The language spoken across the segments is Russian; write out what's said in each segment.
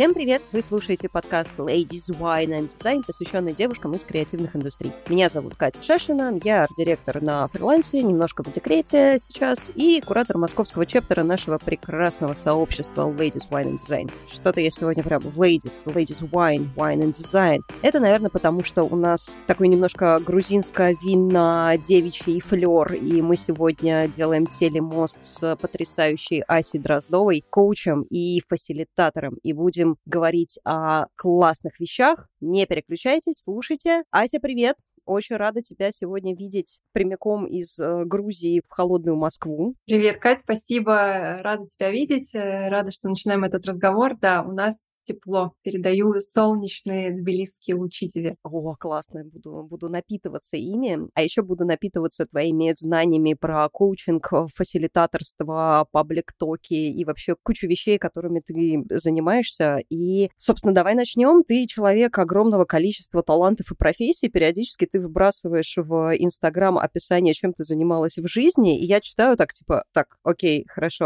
Всем привет! Вы слушаете подкаст Ladies Wine and Design, посвященный девушкам из креативных индустрий. Меня зовут Катя Шашина, я арт-директор на фрилансе, немножко в декрете сейчас, и куратор московского чаптера нашего прекрасного сообщества Ladies Wine and Design. Что-то я сегодня прям в Ladies Wine and Design. Это, наверное, потому что у нас такой немножко грузинско-винно-девичий флёр, и мы сегодня делаем телемост с потрясающей Асей Дроздовой, коучем и фасилитатором, и будем говорить о классных вещах. Не переключайтесь, слушайте. Ася, привет! Очень рада тебя сегодня видеть прямиком из Грузии в холодную Москву. Привет, Кать, спасибо. Рада тебя видеть. Рада, что начинаем этот разговор. Да, у нас тепло. Передаю солнечные тбилисские лучи тебе. О, классно. Буду напитываться ими. А еще буду напитываться твоими знаниями про коучинг, фасилитаторство, паблик-токи и вообще кучу вещей, которыми ты занимаешься. И, собственно, давай начнем. Ты человек огромного количества талантов и профессий. Периодически ты выбрасываешь в Инстаграм описание, чем ты занималась в жизни. И я читаю так, типа, так, окей, хорошо,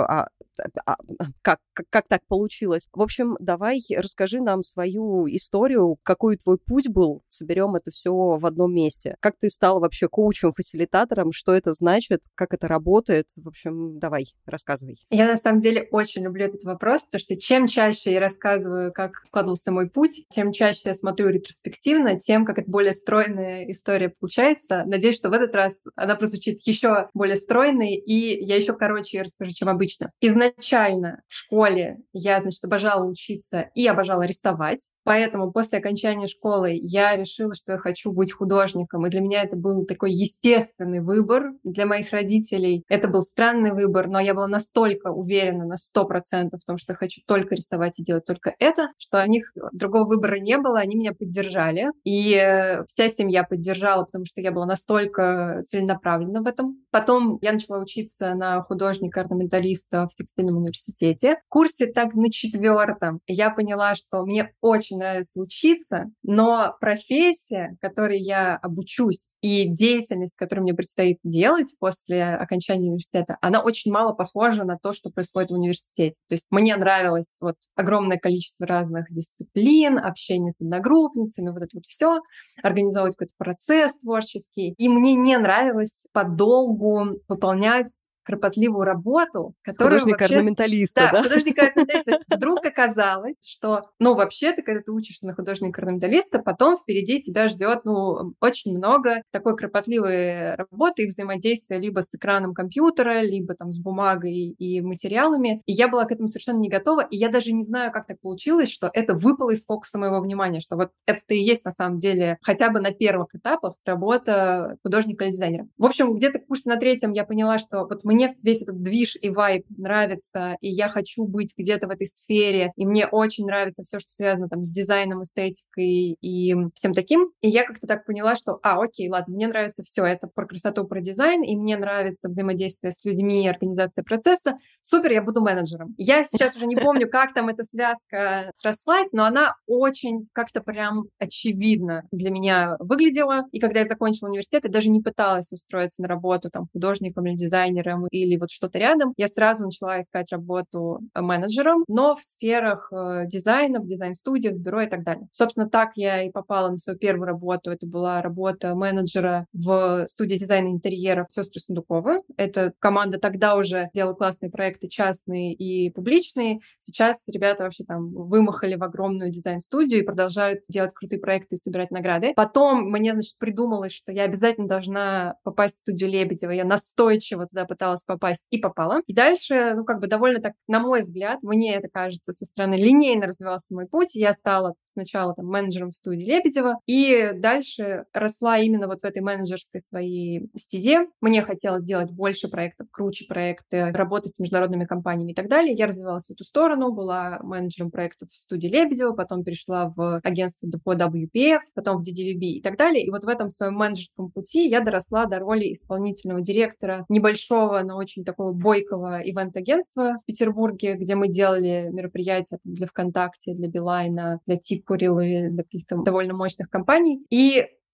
как так получилось? В общем, давай расскажи нам свою историю, какой твой путь был, соберем это все в одном месте. Как ты стал вообще коучем, фасилитатором, что это значит, как это работает? В общем, давай, рассказывай. Я, на самом деле, очень люблю этот вопрос, потому что чем чаще я рассказываю, как складывался мой путь, тем чаще я смотрю ретроспективно, тем, как это более стройная история получается. Надеюсь, что в этот раз она прозвучит еще более стройной, и я еще короче расскажу, чем обычно. Изначально в школе я, обожала учиться и обожала рисовать. Поэтому после окончания школы я решила, что я хочу быть художником. И для меня это был такой естественный выбор. Для моих родителей это был странный выбор, но я была настолько уверена на 100% в том, что я хочу только рисовать и делать только это, что у них другого выбора не было, они меня поддержали. И вся семья поддержала, потому что я была настолько целенаправлена в этом. Потом я начала учиться на художника-орнаменталиста в текстильном университете. В курсе так на 4-м я поняла, что мне очень нравится учиться, но профессия, которой я обучусь, и деятельность, которую мне предстоит делать после окончания университета, она очень мало похожа на то, что происходит в университете. То есть мне нравилось огромное количество разных дисциплин, общение с одногруппницами, это все, организовывать какой-то процесс творческий. И мне не нравилось подолгу выполнять кропотливую работу, которую художника-орнаменталиста, да? Художника-орнаменталиста. Вдруг оказалось, что, вообще-то, когда ты учишься на художника-орнаменталиста, потом впереди тебя ждет, очень много такой кропотливой работы и взаимодействия либо с экраном компьютера, либо там с бумагой и материалами. И я была к этому совершенно не готова, и я даже не знаю, как так получилось, что это выпало из фокуса моего внимания, что это-то и есть на самом деле хотя бы на первых этапах работа художника или дизайнера. В общем, где-то в курсе на 3-м я поняла, что мне весь этот движ и вайб нравится, и я хочу быть где-то в этой сфере, и мне очень нравится все, что связано с дизайном, эстетикой и всем таким. И я как-то так поняла, что, окей, ладно, мне нравится все это про красоту, про дизайн, и мне нравится взаимодействие с людьми, организация процесса. Супер, я буду менеджером. Я сейчас уже не помню, как там эта связка срослась, но она очень как-то прям очевидно для меня выглядела. И когда я закончила университет, я даже не пыталась устроиться на работу художником или дизайнером, или что-то рядом. Я сразу начала искать работу менеджером, но в сферах дизайна, в дизайн-студиях, в бюро и так далее. Собственно, так я и попала на свою первую работу. Это была работа менеджера в студии дизайна интерьеров «Сестры Сундуковы». Эта команда тогда уже делала классные проекты, частные и публичные. Сейчас ребята вообще вымахали в огромную дизайн-студию и продолжают делать крутые проекты и собирать награды. Потом мне, придумалось, что я обязательно должна попасть в студию Лебедева. Я настойчиво туда пыталась попасть и попала. И дальше, довольно так, на мой взгляд, мне это кажется, со стороны линейно развивался мой путь. Я стала сначала менеджером в студии Лебедева, и дальше росла именно в этой менеджерской своей стезе. Мне хотелось делать больше проектов, круче проекты, работать с международными компаниями и так далее. Я развивалась в эту сторону, была менеджером проектов в студии Лебедева, потом перешла в агентство по WPF, потом в DDVB и так далее. И в этом своем менеджерском пути я доросла до роли исполнительного директора небольшого, но очень такого бойкого ивент-агентства в Петербурге, где мы делали мероприятия для ВКонтакте, для Билайна, для Тикурилы, для каких-то довольно мощных компаний. И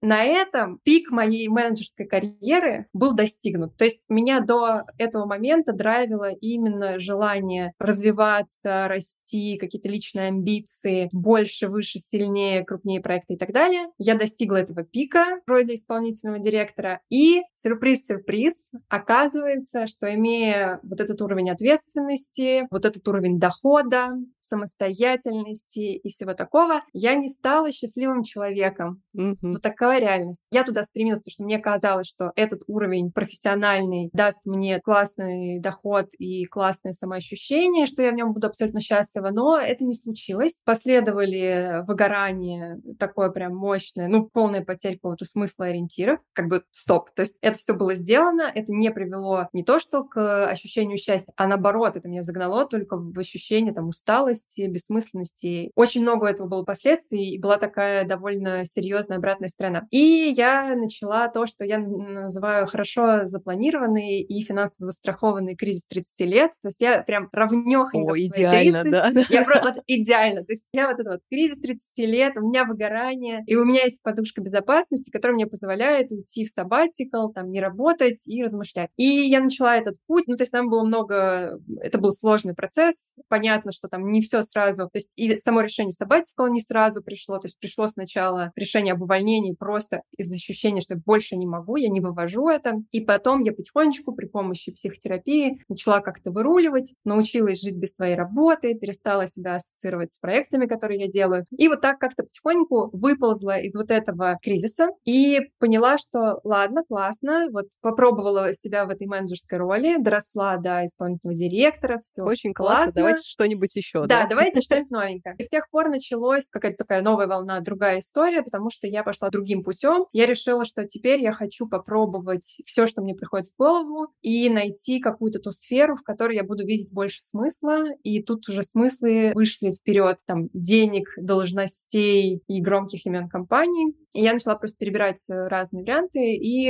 на этом пик моей менеджерской карьеры был достигнут. То есть меня до этого момента драйвило именно желание развиваться, расти, какие-то личные амбиции, больше, выше, сильнее, крупнее проекты и так далее. Я достигла этого пика в роли исполнительного директора. И сюрприз-сюрприз, оказывается, что имея вот этот уровень ответственности, вот этот уровень дохода, самостоятельности и всего такого, я не стала счастливым человеком. Вот такая реальность. Я туда стремилась, потому что мне казалось, что этот уровень профессиональный даст мне классный доход и классное самоощущение, что я в нем буду абсолютно счастлива, но это не случилось. Последовали выгорание такое прям мощное, полная потеря какого-то смысла, ориентиров, стоп. То есть это все было сделано, это не привело не то что к ощущению счастья, а наоборот, это меня загнало только в ощущение усталости, бессмысленности. Очень много этого было последствий, и была такая довольно серьезная обратная сторона. И я начала то, что я называю хорошо запланированный и финансово застрахованный кризис 30 лет. То есть я прям равнёхонько в свои 30. Идеально, да. Я просто идеально. То есть я кризис 30 лет, у меня выгорание, и у меня есть подушка безопасности, которая мне позволяет уйти в sabbatical, не работать и размышлять. И я начала этот путь. То есть там было много... Это был сложный процесс. Понятно, что там не все сразу. То есть и само решение sabbatical не сразу пришло. То есть пришло сначала решение об увольнении просто из ощущения, что я больше не могу, я не вывожу это. И потом я потихонечку при помощи психотерапии начала как-то выруливать, научилась жить без своей работы, перестала себя ассоциировать с проектами, которые я делаю. И вот так как-то потихоньку выползла из вот этого кризиса и поняла, что ладно, классно, попробовала себя в этой менеджерской роли, доросла до исполнительного директора, все очень классно. Давайте что-нибудь еще. Да, давайте что-нибудь новенькое. И с тех пор началась какая-то такая новая волна, другая история, потому что я пошла другим путем. Я решила, что теперь я хочу попробовать все, что мне приходит в голову, и найти какую-то ту сферу, в которой я буду видеть больше смысла. И тут уже смыслы вышли вперед, денег, должностей и громких имен компаний. И я начала просто перебирать разные варианты и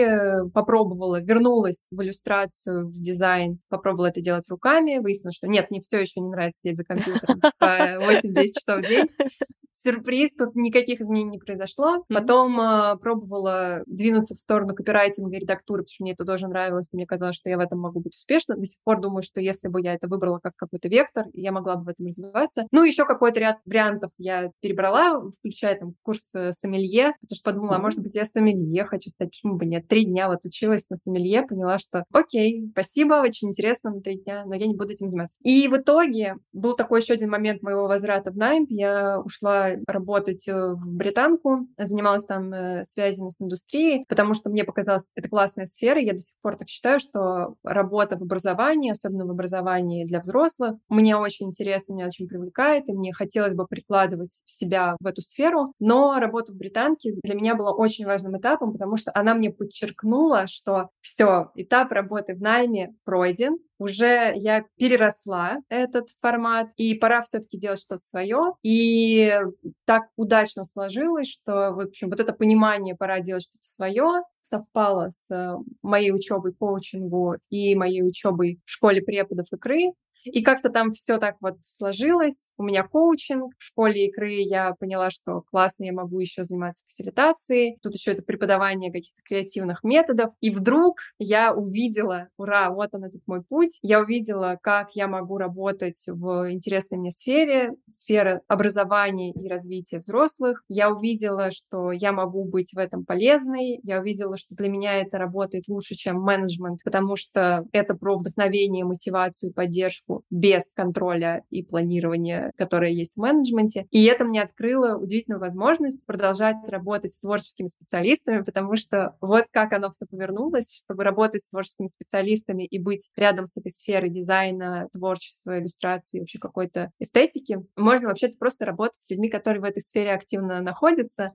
вернулась в иллюстрацию, в дизайн, попробовала это делать руками, выяснилось, что нет, мне все еще не нравится сидеть за компьютером по 8-10 часов в день. Сюрприз, тут никаких изменений не произошло. Потом пробовала двинуться в сторону копирайтинга и редактуры, потому что мне это тоже нравилось, и мне казалось, что я в этом могу быть успешна. До сих пор думаю, что если бы я это выбрала как какой-то вектор, я могла бы в этом развиваться. Еще какой-то ряд вариантов я перебрала, включая курс сомелье, потому что подумала, может быть, я сомелье хочу стать, почему бы нет. 3 дня училась на сомелье, поняла, что окей, спасибо, очень интересно на 3 дня, но я не буду этим заниматься. И в итоге был такой еще один момент моего возврата в найм. Я ушла работать в британку, занималась там связями с индустрией, потому что мне показалась это классная сфера. Я до сих пор так считаю, что работа в образовании, особенно в образовании для взрослых, мне очень интересно, меня очень привлекает, и мне хотелось бы прикладывать себя в эту сферу. Но работа в британке для меня была очень важным этапом, потому что она мне подчеркнула, что все, этап работы в найме пройден, уже я переросла этот формат, и пора все-таки делать что-то свое. И так удачно сложилось, что, в общем, вот это понимание «пора делать что-то свое» совпало с моей учебой коучингу и моей учебой в школе преподов икры. И как-то там все так сложилось. У меня коучинг. В школе икры я поняла, что классно, я могу еще заниматься фасилитацией. Тут еще это преподавание каких-то креативных методов. И вдруг я увидела, ура, вот он этот мой путь. Я увидела, как я могу работать в интересной мне сфере, сфера образования и развития взрослых. Я увидела, что я могу быть в этом полезной. Я увидела, что для меня это работает лучше, чем менеджмент, потому что это про вдохновение, мотивацию, поддержку без контроля и планирования, которое есть в менеджменте. И это мне открыло удивительную возможность продолжать работать с творческими специалистами, потому что вот как оно все повернулось, чтобы работать с творческими специалистами и быть рядом с этой сферой дизайна, творчества, иллюстрации, вообще какой-то эстетики. Можно вообще-то просто работать с людьми, которые в этой сфере активно находятся,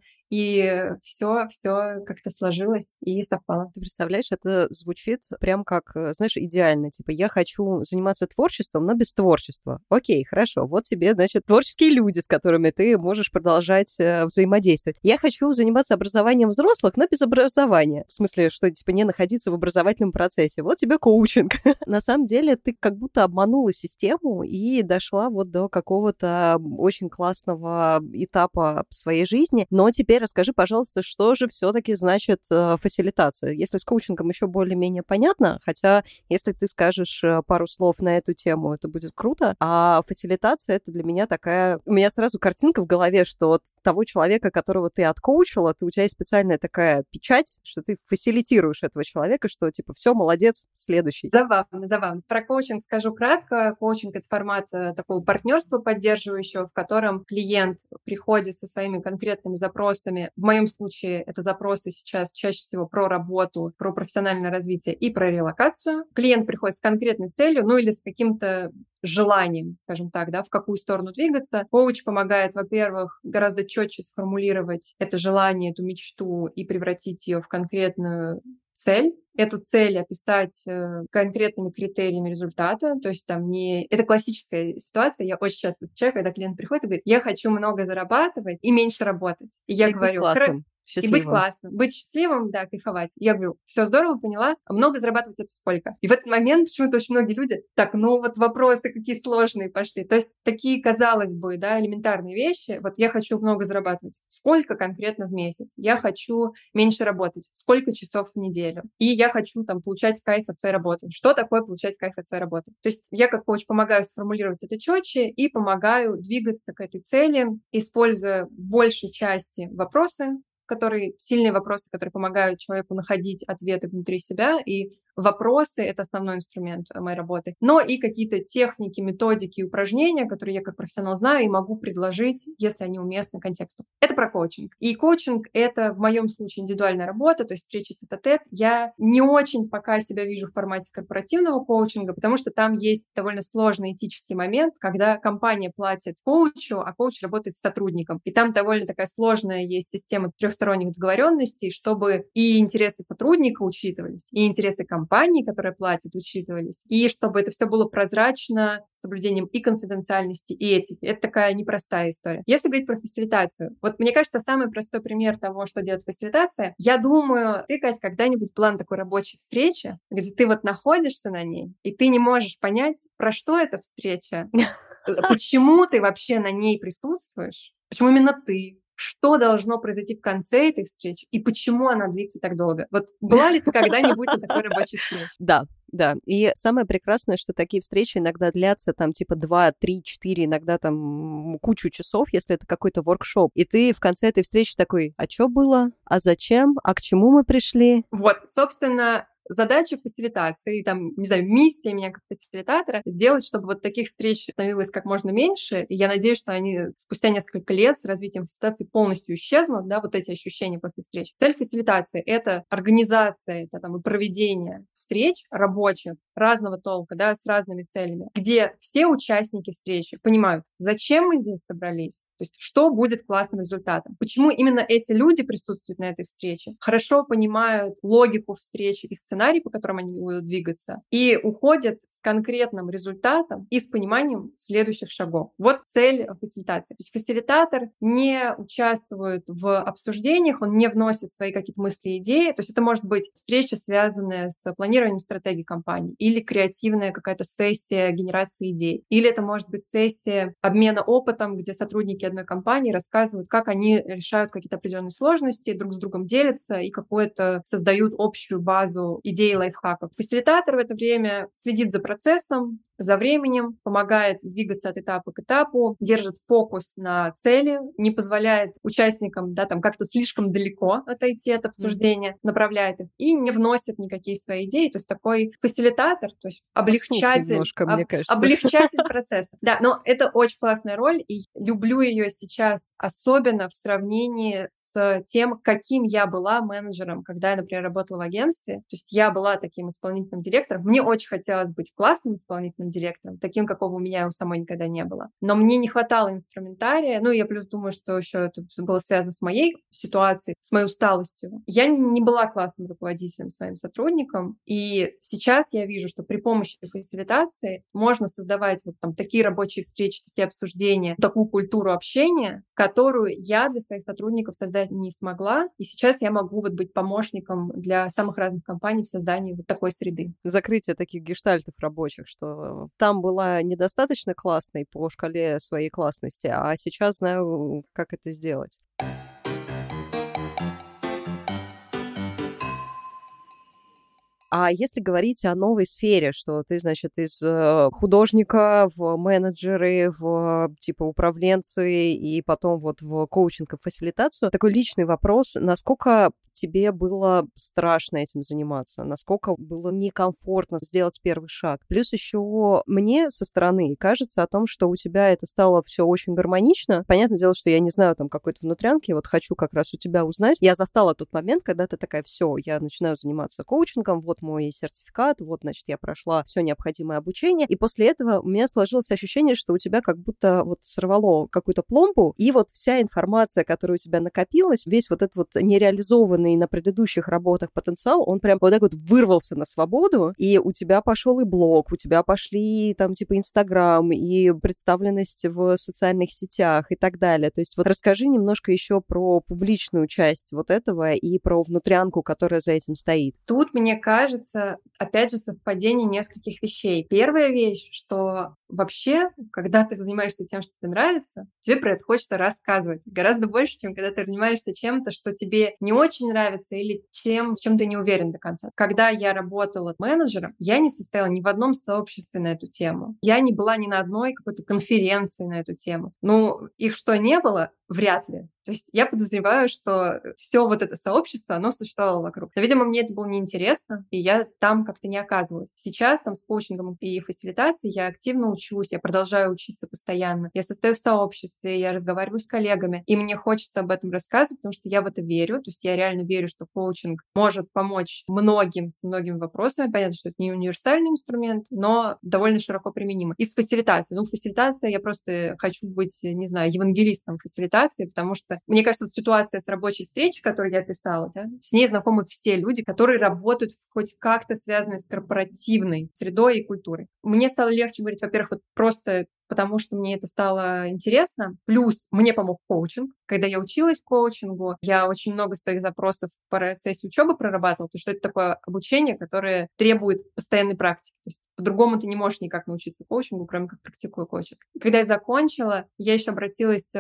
и все как-то сложилось и совпало. Ты представляешь, это звучит прям как, знаешь, идеально. Типа, я хочу заниматься творчеством, но без творчества. Окей, хорошо. Вот тебе, значит, творческие люди, с которыми ты можешь продолжать взаимодействовать. Я хочу заниматься образованием взрослых, но без образования. В смысле, что, типа, не находиться в образовательном процессе. Вот тебе коучинг. На самом деле, ты как будто обманула систему и дошла вот до какого-то очень классного этапа в своей жизни, но теперь теперь расскажи, пожалуйста, что же все-таки значит фасилитация? Если с коучингом еще более-менее понятно, хотя если ты скажешь пару слов на эту тему, это будет круто, а фасилитация — это для меня такая... У меня сразу картинка в голове, что от того человека, которого ты откоучила, у тебя есть специальная такая печать, что ты фасилитируешь этого человека, что типа все, молодец, следующий. Забавно, забавно. Про коучинг скажу кратко. Коучинг — это формат такого партнерства поддерживающего, в котором клиент приходит со своими конкретными запросами. В моем случае это запросы сейчас чаще всего про работу, про профессиональное развитие и про релокацию. Клиент приходит с конкретной целью, ну или с каким-то желанием, скажем так, да, в какую сторону двигаться. Коуч помогает, во-первых, гораздо четче сформулировать это желание, эту мечту и превратить ее в конкретную цель. Эту цель описать конкретными критериями результата, то есть там не... Это классическая ситуация, я очень часто встречаю, когда клиент приходит и говорит: я хочу много зарабатывать и меньше работать. И я говорю: классным. И быть классным, быть счастливым, да, кайфовать. Я говорю: все здорово, поняла, а много зарабатывать — это сколько? И в этот момент почему-то очень многие люди: так, ну вот вопросы какие сложные пошли. То есть такие, казалось бы, да, элементарные вещи. Вот я хочу много зарабатывать. Сколько конкретно в месяц? Я хочу меньше работать. Сколько часов в неделю? И я хочу там получать кайф от своей работы. Что такое получать кайф от своей работы? То есть я как коуч помогаю сформулировать это четче и помогаю двигаться к этой цели, используя в большей части сильные вопросы, которые помогают человеку находить ответы внутри себя, и вопросы — это основной инструмент моей работы. Но и какие-то техники, методики, упражнения, которые я как профессионал знаю и могу предложить, если они уместны контексту. Это про коучинг. И коучинг — это в моем случае индивидуальная работа, то есть встречи тет-а-тет. Я не очень пока себя вижу в формате корпоративного коучинга, потому что там есть довольно сложный этический момент, когда компания платит коучу, а коуч работает с сотрудником. И там довольно такая сложная есть система трехсторонних договоренностей, чтобы и интересы сотрудника учитывались, и интересы компании, которая платит, учитывались, и чтобы это все было прозрачно, с соблюдением и конфиденциальности, и этики. Это такая непростая история. Если говорить про фасилитацию, вот мне кажется, самый простой пример того, что делает фасилитация, я думаю, ты, Кать, когда-нибудь план такой рабочей встречи, где ты вот находишься на ней, и ты не можешь понять, про что эта встреча, почему ты вообще на ней присутствуешь, почему именно ты, что должно произойти в конце этой встречи и почему она длится так долго. Вот была ли ты когда-нибудь на такой рабочей встрече? Да. Да, и самое прекрасное, что такие встречи иногда длятся там типа 2, 3, 4, иногда там кучу часов, если это какой-то воркшоп. И ты в конце этой встречи такой: а что было? А зачем? А к чему мы пришли? Вот, собственно, задача фасилитации, там, не знаю, миссия меня как фасилитатора — сделать, чтобы вот таких встреч становилось как можно меньше. И я надеюсь, что они спустя несколько лет с развитием фасилитации полностью исчезнут, да, вот эти ощущения после встреч. Цель фасилитации — это организация, это там и проведение встреч рабочих разного толка, да, с разными целями, где все участники встречи понимают, зачем мы здесь собрались, то есть что будет классным результатом, почему именно эти люди присутствуют на этой встрече, хорошо понимают логику встречи и сценарий, по которым они будут двигаться, и уходят с конкретным результатом и с пониманием следующих шагов. Вот цель фасилитации. То есть фасилитатор не участвует в обсуждениях, он не вносит свои какие-то мысли, идеи. То есть это может быть встреча, связанная с планированием стратегии компании, или креативная какая-то сессия генерации идей, или это может быть сессия обмена опытом, где сотрудники одной компании рассказывают, как они решают какие-то определенные сложности, друг с другом делятся и какую-то создают общую базу идей, лайфхаков. Фасилитатор в это время следит за процессом, за временем, помогает двигаться от этапа к этапу, держит фокус на цели, не позволяет участникам, да, там как-то слишком далеко отойти от обсуждения, направляет их и не вносит никакие свои идеи. То есть такой фасилитатор, то есть облегчатель, немножко, мне кажется. облегчатель процесса. Да, но это очень классная роль, и люблю ее сейчас, особенно в сравнении с тем, каким я была менеджером, когда я, например, работала в агентстве. То есть я была таким исполнительным директором. Мне очень хотелось быть классным исполнительным директором, таким, какого у меня у самой никогда не было. Но мне не хватало инструментария. Ну, я плюс думаю, что еще это было связано с моей ситуацией, с моей усталостью. Я не была классным руководителем своим сотрудникам, и сейчас я вижу, что при помощи фасилитации можно создавать вот там такие рабочие встречи, такие обсуждения, такую культуру общения, которую я для своих сотрудников создать не смогла. И сейчас я могу вот быть помощником для самых разных компаний в создании вот такой среды. Закрытие таких гештальтов рабочих, что там была недостаточно классной по шкале своей классности, а сейчас знаю, как это сделать. А если говорить о новой сфере, что ты, значит, из художника в менеджеры, в типа управленцы и потом вот в коучинг и фасилитацию, такой личный вопрос, насколько тебе было страшно этим заниматься, насколько было некомфортно сделать первый шаг. Плюс еще мне со стороны кажется о том, что у тебя это стало все очень гармонично. Понятное дело, что я не знаю там какой-то внутрянки, вот хочу как раз у тебя узнать. Я застала тот момент, когда ты такая, все, я начинаю заниматься коучингом, вот мой сертификат, вот, значит, я прошла все необходимое обучение, и после этого у меня сложилось ощущение, что у тебя как будто вот сорвало какую-то пломбу, и вот вся информация, которая у тебя накопилась, весь вот этот вот нереализованный на предыдущих работах потенциал, он прям вот так вот вырвался на свободу, и у тебя пошел и блог, у тебя пошли там типа Инстаграм, и представленность в социальных сетях и так далее. То есть вот расскажи немножко еще про публичную часть вот этого и про внутрянку, которая за этим стоит. Тут, мне кажется, опять же, совпадение нескольких вещей. Первая вещь, что вообще, когда ты занимаешься тем, что тебе нравится, тебе про это хочется рассказывать. Гораздо больше, чем когда ты занимаешься чем-то, что тебе не очень нравится или чем, в чем ты не уверен до конца. Когда я работала менеджером, я не состояла ни в одном сообществе на эту тему. Я не была ни на одной какой-то конференции на эту тему. Ну, их что, не было? Вряд ли. То есть я подозреваю, что все вот это сообщество, оно существовало вокруг. Но, видимо, мне это было неинтересно, и я там как-то не оказывалась. Сейчас там с коучингом и фасилитацией я активно учусь, я продолжаю учиться постоянно. Я состою в сообществе, я разговариваю с коллегами, и мне хочется об этом рассказывать, потому что я в это верю. То есть я реально верю, что коучинг может помочь многим с многими вопросами. Понятно, что это не универсальный инструмент, но довольно широко применимый. И с фасилитацией. Ну, фасилитация, я просто хочу быть, не знаю, евангелистом фасилитации, потому что, мне кажется, вот ситуация с рабочей встречей, которую я писала, да, с ней знакомы все люди, которые работают хоть как-то связанные с корпоративной средой и культурой. Мне стало легче говорить, во-первых, вот просто потому что мне это стало интересно. Плюс мне помог коучинг. Когда я училась коучингу, я очень много своих запросов в процессе учебы прорабатывала, потому что это такое обучение, которое требует постоянной практики. То есть по-другому ты не можешь никак научиться коучингу, кроме как практикуя коучинг. Когда я закончила, я еще обратилась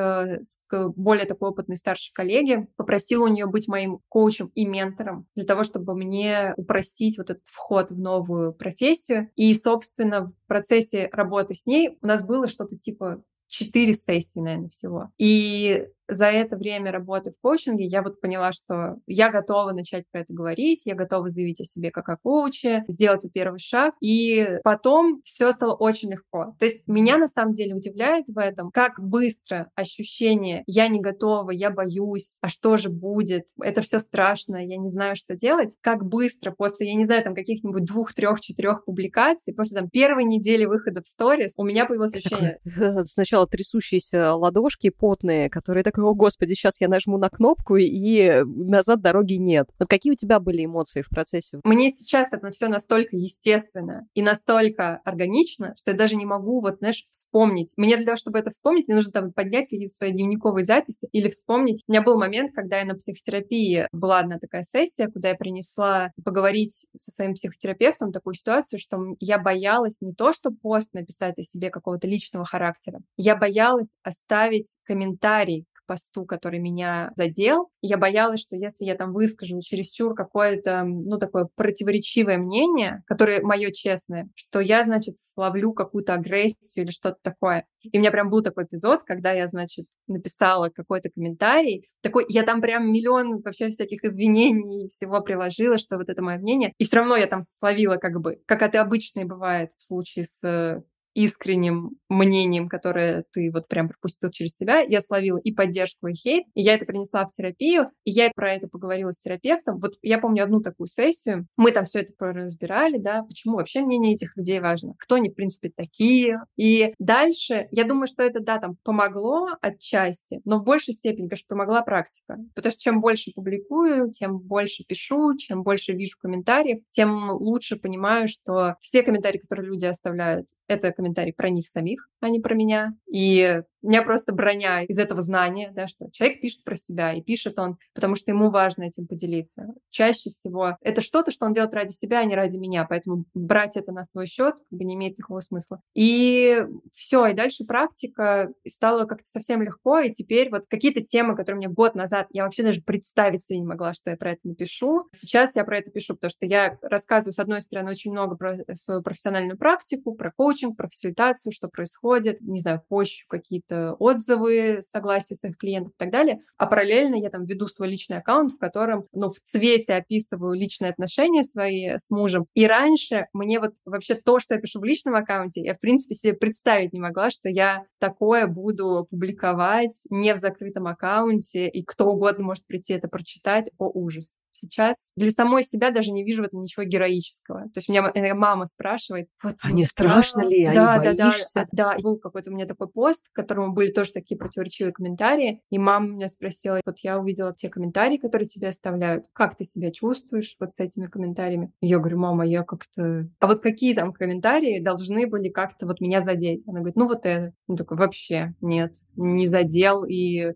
к более такой опытной старшей коллеге, попросила у нее быть моим коучем и ментором для того, чтобы мне упростить вот этот вход в новую профессию. И, собственно, в процессе работы с ней у нас было что-то типа 4 сессии, наверное, всего. И за это время работы в коучинге я вот поняла, что я готова начать про это говорить, я готова заявить о себе как о коуче, сделать первый шаг, и потом все стало очень легко. То есть меня на самом деле удивляет в этом, как быстро ощущение «я не готова, я боюсь, а что же будет, это все страшно, я не знаю, что делать», как быстро после, я не знаю, там каких-нибудь 2, 3, 4 публикаций, после там первой недели выхода в сторис, у меня появилось ощущение... Сначала трясущиеся ладошки потные, которые так о, господи, сейчас я нажму на кнопку, и назад дороги нет. Вот какие у тебя были эмоции в процессе? Мне сейчас это все настолько естественно и настолько органично, что я даже не могу, вот, знаешь, вспомнить. Мне для того, чтобы это вспомнить, мне нужно там поднять какие-то свои дневниковые записи или вспомнить. У меня был момент, когда я на психотерапии, была одна такая сессия, куда я принесла поговорить со своим психотерапевтом такую ситуацию, что я боялась не то, что пост написать о себе какого-то личного характера, я боялась оставить комментарий к посту, который меня задел. Я боялась, что если я там выскажу чересчур какое-то, ну, такое противоречивое мнение, которое мое честное, что я, значит, словлю какую-то агрессию или что-то такое. И у меня прям был такой эпизод, когда я, значит, написала какой-то комментарий, такой, я там прям миллион вообще всяких извинений и всего приложила, что вот это мое мнение. И все равно я там словила как бы, как это обычно и бывает в случае с искренним мнением, которое ты вот прям пропустил через себя, я словила и поддержку, и хейт, и я это принесла в терапию, и я про это поговорила с терапевтом. Вот я помню одну такую сессию, мы там все это разбирали, да, почему вообще мнение этих людей важно, кто они, в принципе, такие. И дальше, я думаю, что это, да, там помогло отчасти, но в большей степени, конечно, помогла практика. Потому что чем больше публикую, тем больше пишу, чем больше вижу комментариев, тем лучше понимаю, что все комментарии, которые люди оставляют, это комментарий про них самих, а не про меня. И меня просто броня из этого знания, да, что человек пишет про себя, и пишет он, потому что ему важно этим поделиться. Чаще всего это что-то, что он делает ради себя, а не ради меня, поэтому брать это на свой счет как бы не имеет никакого смысла. И все, и дальше практика, и стало как-то совсем легко, и теперь вот какие-то темы, которые мне год назад, я вообще даже представить себе не могла, что я про это напишу. Сейчас я про это пишу, потому что я рассказываю, с одной стороны, очень много про свою профессиональную практику, про коучинг, про фасилитацию, что происходит, не знаю, пощу какие-то отзывы, согласия своих клиентов и так далее. А параллельно я там веду свой личный аккаунт, в котором, ну, в цвете описываю личные отношения свои с мужем. И раньше мне вот вообще то, что я пишу в личном аккаунте, я, в принципе, себе представить не могла, что я такое буду публиковать не в закрытом аккаунте, и кто угодно может прийти это прочитать. О, ужас. Сейчас для самой себя даже не вижу в этом ничего героического. То есть у меня мама спрашивает... Вот, А не страшно ли? А не боишься? Да, был какой-то у меня такой пост, к которому были тоже такие противоречивые комментарии, и мама меня спросила, вот я увидела те комментарии, которые тебе оставляют, как ты себя чувствуешь вот с этими комментариями? И я говорю, мама, я как-то... А вот какие там комментарии должны были как-то вот меня задеть? Она говорит, ну вот это. Ну такой, вообще нет, не задел, и...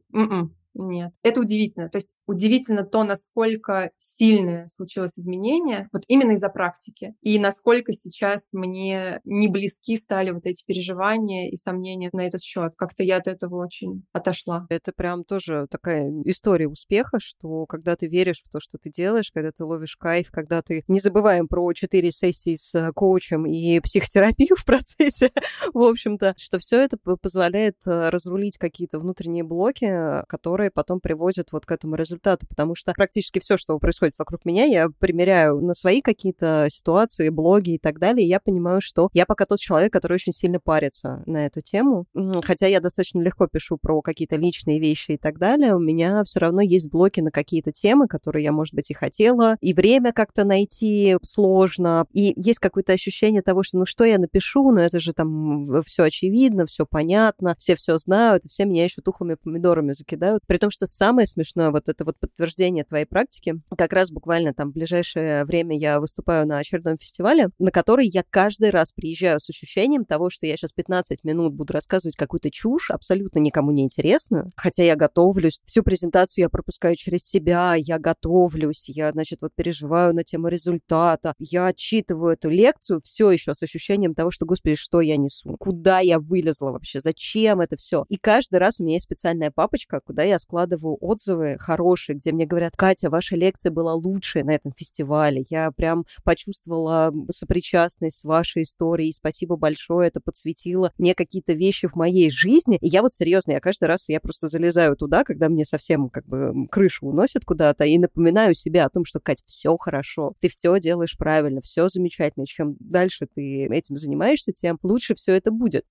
Нет, это удивительно. То есть удивительно то, насколько сильное случилось изменение, вот именно из-за практики, и насколько сейчас мне не близки стали вот эти переживания и сомнения на этот счет. Как-то я от этого очень отошла. Это прям тоже такая история успеха, что когда ты веришь в то, что ты делаешь, когда ты ловишь кайф, когда ты... Не забываем про 4 сессии с коучем и психотерапию в процессе, в общем-то, что все это позволяет разрулить какие-то внутренние блоки, которые потом приводят вот к этому результату, потому что практически все, что происходит вокруг меня, я примеряю на свои какие-то ситуации, блоги и так далее, и я понимаю, что я пока тот человек, который очень сильно парится на эту тему, хотя я достаточно легко пишу про какие-то личные вещи и так далее, у меня все равно есть блоки на какие-то темы, которые я, может быть, и хотела, и время как-то найти сложно, и есть какое-то ощущение того, что ну что я напишу, но это же там все очевидно, все понятно, все знают, и все меня еще тухлыми помидорами закидают, при том, что самое смешное, вот это вот подтверждение твоей практики, как раз буквально там в ближайшее время я выступаю на очередном фестивале, на который я каждый раз приезжаю с ощущением того, что я сейчас 15 минут буду рассказывать какую-то чушь, абсолютно никому не интересную, хотя я готовлюсь, всю презентацию я пропускаю через себя, я готовлюсь, я, значит, вот переживаю на тему результата, я отчитываю эту лекцию все еще с ощущением того, что, господи, что я несу, куда я вылезла вообще, зачем это все. И каждый раз у меня есть специальная папочка, куда я складываю отзывы хорошие, где мне говорят, Катя, ваша лекция была лучшей на этом фестивале, я прям почувствовала сопричастность с вашей историей, спасибо большое, это подсветило мне какие-то вещи в моей жизни, и я вот серьезно, я каждый раз, я просто залезаю туда, когда мне совсем как бы крышу уносят куда-то, и напоминаю себе о том, что, Кать, все хорошо, ты все делаешь правильно, все замечательно, чем дальше ты этим занимаешься, тем лучше все это будет.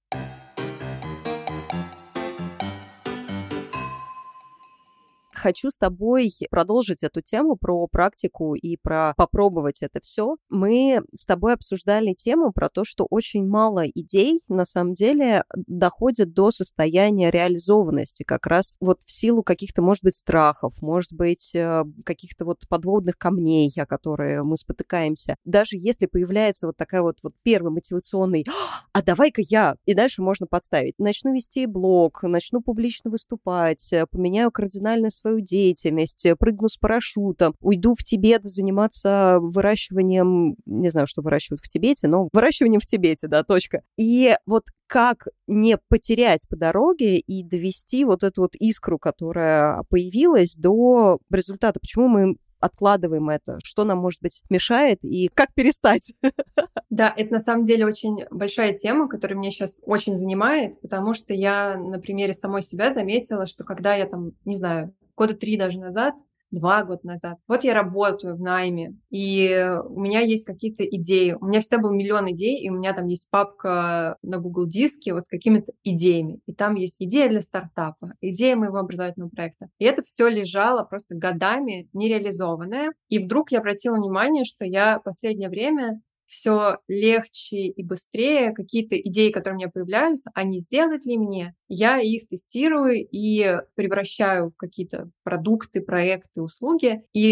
Хочу с тобой продолжить эту тему про практику и про попробовать это все. Мы с тобой обсуждали тему про то, что очень мало идей на самом деле доходят до состояния реализованности, как раз вот в силу каких-то, может быть, страхов, может быть, каких-то вот подводных камней, о которые мы спотыкаемся. Даже если появляется вот такая вот первый мотивационный «а давай-ка я», и дальше можно подставить. Начну вести блог, начну публично выступать, поменяю кардинально свою деятельность, прыгну с парашютом, уйду в Тибет заниматься выращиванием, не знаю, что выращивают в Тибете, но выращиванием в Тибете, да, точка. И вот как не потерять по дороге и довести вот эту вот искру, которая появилась, до результата? Почему мы откладываем это? Что нам, может быть, мешает и как перестать? Да, это на самом деле очень большая тема, которая меня сейчас очень занимает, потому что я на примере самой себя заметила, что когда я там, не знаю, 3 года даже назад, 2 года назад. Вот я работаю в найме, и у меня есть какие-то идеи. У меня всегда был миллион идей, и у меня там есть папка на Google Диске вот с какими-то идеями. И там есть идея для стартапа, идея моего образовательного проекта. И это все лежало просто годами нереализованное. И вдруг я обратила внимание, что я в последнее время все легче и быстрее какие-то идеи, которые у меня появляются, они сделают ли мне? Я их тестирую и превращаю в какие-то продукты, проекты, услуги. И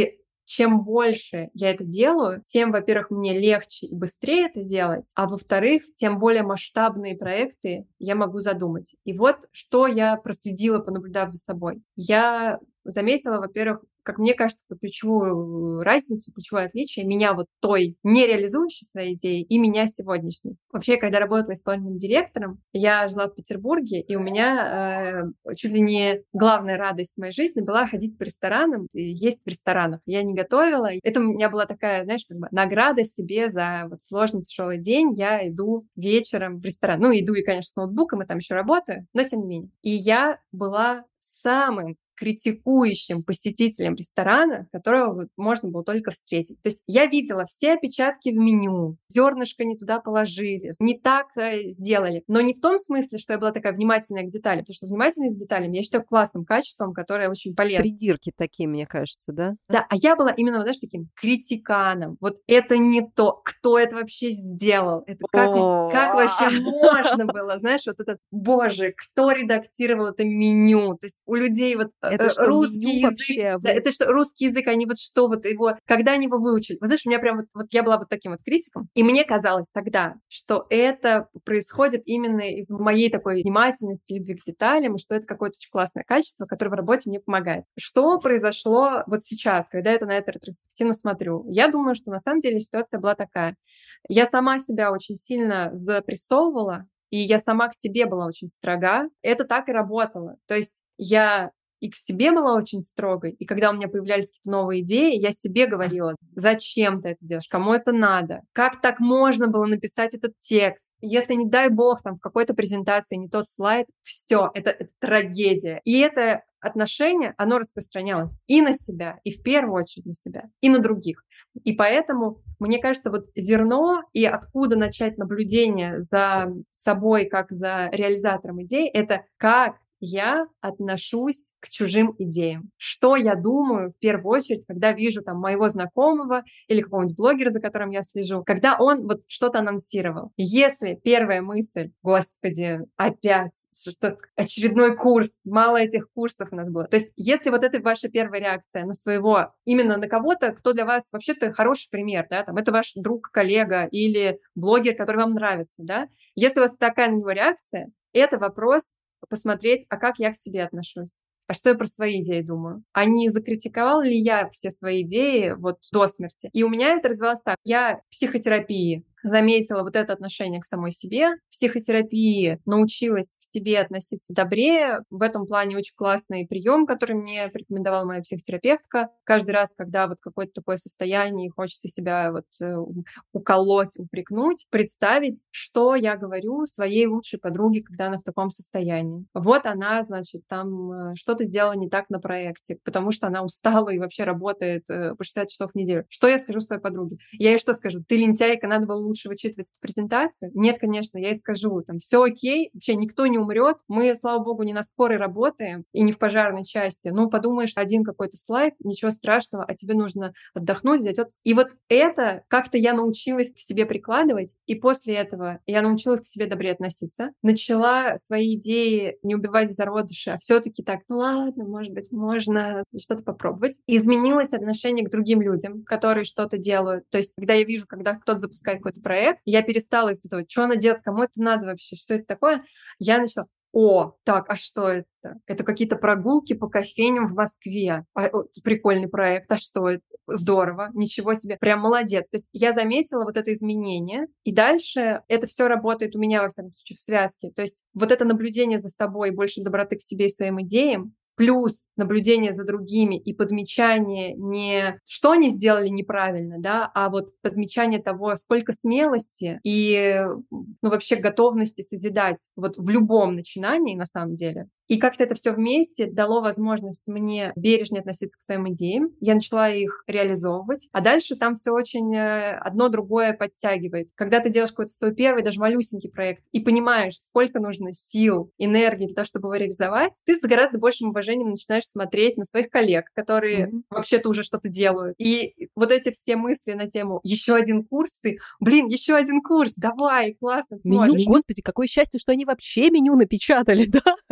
чем больше я это делаю, тем, во-первых, мне легче и быстрее это делать, а во-вторых, тем более масштабные проекты я могу задумать. И вот что я проследила, понаблюдав за собой. Я заметила, во-первых, как мне кажется, ключевую разницу, ключевое отличие меня вот той не реализующей своей идеи и меня сегодняшней. Вообще, когда работала исполнительным директором, я жила в Петербурге, и у меня чуть ли не главная радость в моей жизни была ходить по ресторанам и есть в ресторанах. Я не готовила. Это у меня была такая, знаешь, как бы награда себе за вот сложный, тяжелый день. Я иду вечером в ресторан. Ну, иду и, конечно, с ноутбуком, и там еще работаю, но тем не менее. И я была самым критикующим посетителем ресторана, которого вот можно было только встретить. То есть я видела все опечатки в меню, зернышко не туда положили, не так сделали. Но не в том смысле, что я была такая внимательная к деталям, потому что внимательность к деталям я считаю классным качеством, которое очень полезно. Придирки такие, мне кажется, да? Да, а я была именно, знаешь, таким критиканом. Вот это не то, кто это вообще сделал. Это как вообще можно было, знаешь, вот это, боже, кто редактировал это меню? То есть у людей вот это что, русский язык, вообще? Да, это что, русский язык, они вот что вот его, когда они его выучили? Вот знаешь, у меня прям вот я была вот таким вот критиком, и мне казалось тогда, что это происходит именно из моей такой внимательности, любви к деталям, и что это какое-то очень классное качество, которое в работе мне помогает. Что произошло вот сейчас, когда я на это ретроспективно смотрю? Я думаю, что на самом деле ситуация была такая. Я сама себя очень сильно запрессовывала, и я сама к себе была очень строга. Это так и работало. То есть я и к себе была очень строгой, и когда у меня появлялись какие-то новые идеи, я себе говорила, зачем ты это делаешь, кому это надо, как так можно было написать этот текст. Если, не дай бог, там в какой-то презентации не тот слайд, все, это трагедия. И это отношение, оно распространялось и на себя, и в первую очередь на себя, и на других. И поэтому, мне кажется, вот зерно и откуда начать наблюдение за собой, как за реализатором идей, это как я отношусь к чужим идеям. Что я думаю в первую очередь, когда вижу там моего знакомого или какого-нибудь блогера, за которым я слежу, когда он вот что-то анонсировал. Если первая мысль, господи, опять, что очередной курс, мало этих курсов у нас было. То есть если вот это ваша первая реакция на своего, именно на кого-то, кто для вас вообще-то хороший пример, да, там, это ваш друг, коллега или блогер, который вам нравится, да, если у вас такая на него реакция, это вопрос посмотреть, а как я к себе отношусь, а что я про свои идеи думаю, а не закритиковала ли я все свои идеи вот до смерти. И у меня это развивалось так. Я в психотерапии заметила вот это отношение к самой себе. В психотерапии научилась к себе относиться добрее. В этом плане очень классный прием, который мне порекомендовала моя психотерапевтка. Каждый раз, когда вот какое-то такое состояние, и хочется себя вот уколоть, упрекнуть, представить, что я говорю своей лучшей подруге, когда она в таком состоянии. Вот она, значит, там что-то сделала не так на проекте, потому что она устала и вообще работает по 60 часов в неделю. Что я скажу своей подруге? Я ей что скажу? Ты лентяйка, надо было лучше вычитывать эту презентацию? Нет, конечно, я ей скажу, там, все окей, вообще никто не умрет, мы, слава богу, не на скорой работаем и не в пожарной части. Ну, подумаешь, один какой-то слайд, ничего страшного, а тебе нужно отдохнуть, взять отпуск. И вот это как-то я научилась к себе прикладывать, и после этого я научилась к себе добрее относиться, начала свои идеи не убивать в зародыше, а все-таки так, ну ладно, может быть, можно что-то попробовать. Изменилось отношение к другим людям, которые что-то делают. То есть, когда я вижу, когда кто-то запускает какой-то проект, я перестала испытывать, что она делает, кому это надо вообще, что это такое. Я начала, так, а что это? Это какие-то прогулки по кофейням в Москве. Прикольный проект, а что это? Здорово, ничего себе, прям молодец. То есть я заметила вот это изменение, и дальше это все работает у меня, во всяком случае, в связке. То есть вот это наблюдение за собой, больше доброты к себе и своим идеям, плюс наблюдение за другими и подмечание не что они сделали неправильно, да, а вот подмечание того, сколько смелости и вообще готовности созидать вот в любом начинании на самом деле. И как-то это все вместе дало возможность мне бережнее относиться к своим идеям. Я начала их реализовывать, а дальше там все очень одно другое подтягивает. Когда ты делаешь какой-то свой первый, даже малюсенький проект, и понимаешь, сколько нужно сил, энергии для того, чтобы его реализовать, ты с гораздо большим уважением начинаешь смотреть на своих коллег, которые вообще-то уже что-то делают. И вот эти все мысли на тему «еще один курс», еще один курс, давай, классно, ты меню, можешь. господи, какое счастье, что они вообще меню напечатали, да? Да,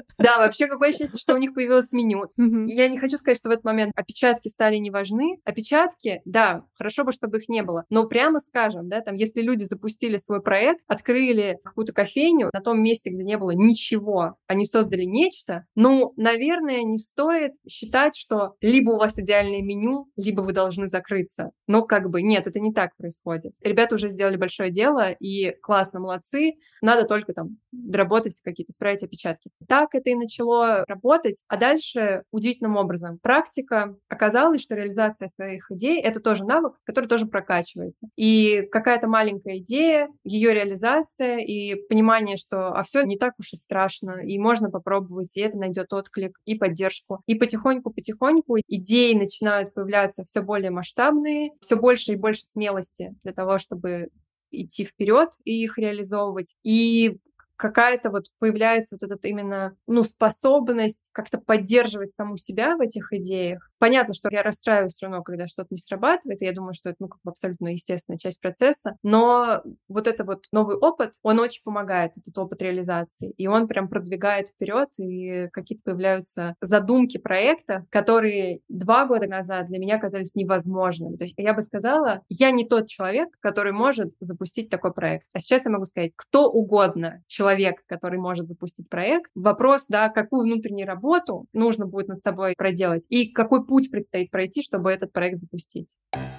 Вообще, какое счастье, что у них появилось меню. Я не хочу сказать, что в этот момент опечатки стали не важны. Опечатки, да, хорошо бы, чтобы их не было. Но прямо скажем, да, там, если люди запустили свой проект, открыли какую-то кофейню на том месте, где не было ничего, они создали нечто, ну, наверное, не стоит считать, что либо у вас идеальное меню, либо вы должны закрыться. Но как бы нет, это не так происходит. Ребята уже сделали большое дело, и классно, молодцы. Надо только там доработать какие-то, исправить опечатки. Так это и начало работать. А дальше удивительным образом практика оказалась, что реализация своих идей — это тоже навык, который тоже прокачивается. И какая-то маленькая идея, ее реализация и понимание, что все не так уж и страшно, и можно попробовать, и это найдет отклик и поддержку. И потихоньку идеи начинают появляться все более масштабные, все больше и больше смелости для того, чтобы идти вперед и их реализовывать. И какая-то вот появляется вот эта именно, способность как-то поддерживать саму себя в этих идеях. Понятно, что я расстраиваюсь все равно, когда что-то не срабатывает, и я думаю, что это, как бы абсолютно естественная часть процесса, но вот это вот новый опыт, он очень помогает, этот опыт реализации, и он прям продвигает вперед, и какие-то появляются задумки проекта, которые 2 года назад для меня казались невозможными. То есть я бы сказала, я не тот человек, который может запустить такой проект. А сейчас я могу сказать, кто угодно человек, который может запустить проект. Вопрос, да, какую внутреннюю работу нужно будет над собой проделать и какой путь предстоит пройти, чтобы этот проект запустить.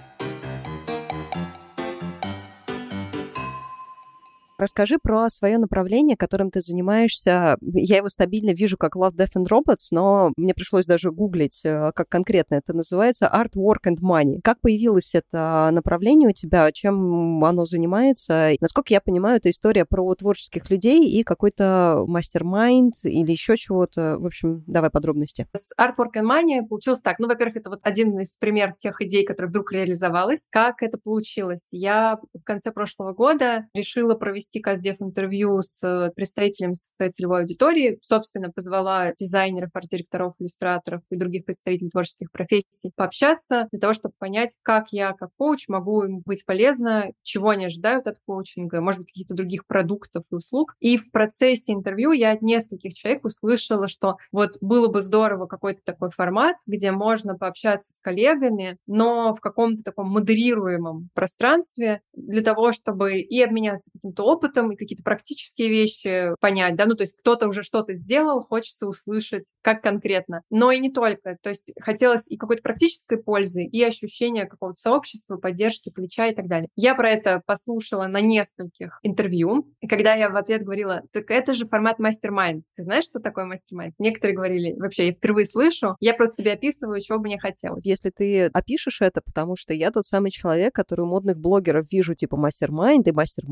Расскажи про свое направление, которым ты занимаешься. Я его стабильно вижу как Love, Death and Robots, но мне пришлось даже гуглить, как конкретно это называется. Art, Work and Money. Как появилось это направление у тебя? Чем оно занимается? Насколько я понимаю, это история про творческих людей и какой-то мастер-майнд или еще чего-то. В общем, давай подробности. С Art, Work and Money получилось так. Во-первых, это вот один из примеров тех идей, которые вдруг реализовалась. Как это получилось? Я в конце прошлого года решила провести каздев-интервью с представителями своей целевой аудитории. Собственно, позвала дизайнеров, арт-директоров, иллюстраторов и других представителей творческих профессий пообщаться для того, чтобы понять, как я, как коуч, могу им быть полезна, чего они ожидают от коучинга, может быть, каких-то других продуктов и услуг. И в процессе интервью я от нескольких человек услышала, что вот было бы здорово какой-то такой формат, где можно пообщаться с коллегами, но в каком-то таком модерируемом пространстве для того, чтобы и обменяться каким-то опытом, и какие-то практические вещи понять, да, то есть кто-то уже что-то сделал, хочется услышать, как конкретно. Но и не только, то есть хотелось и какой-то практической пользы, и ощущения какого-то сообщества, поддержки, плеча и так далее. Я про это послушала на нескольких интервью, и когда я в ответ говорила, так это же формат мастер-майнд. Ты знаешь, что такое мастер-майнд? Некоторые говорили, вообще, я впервые слышу, я просто тебе описываю, чего бы мне хотелось. Если ты опишешь это, потому что я тот самый человек, который у модных блогеров вижу, типа, мастер-майнды,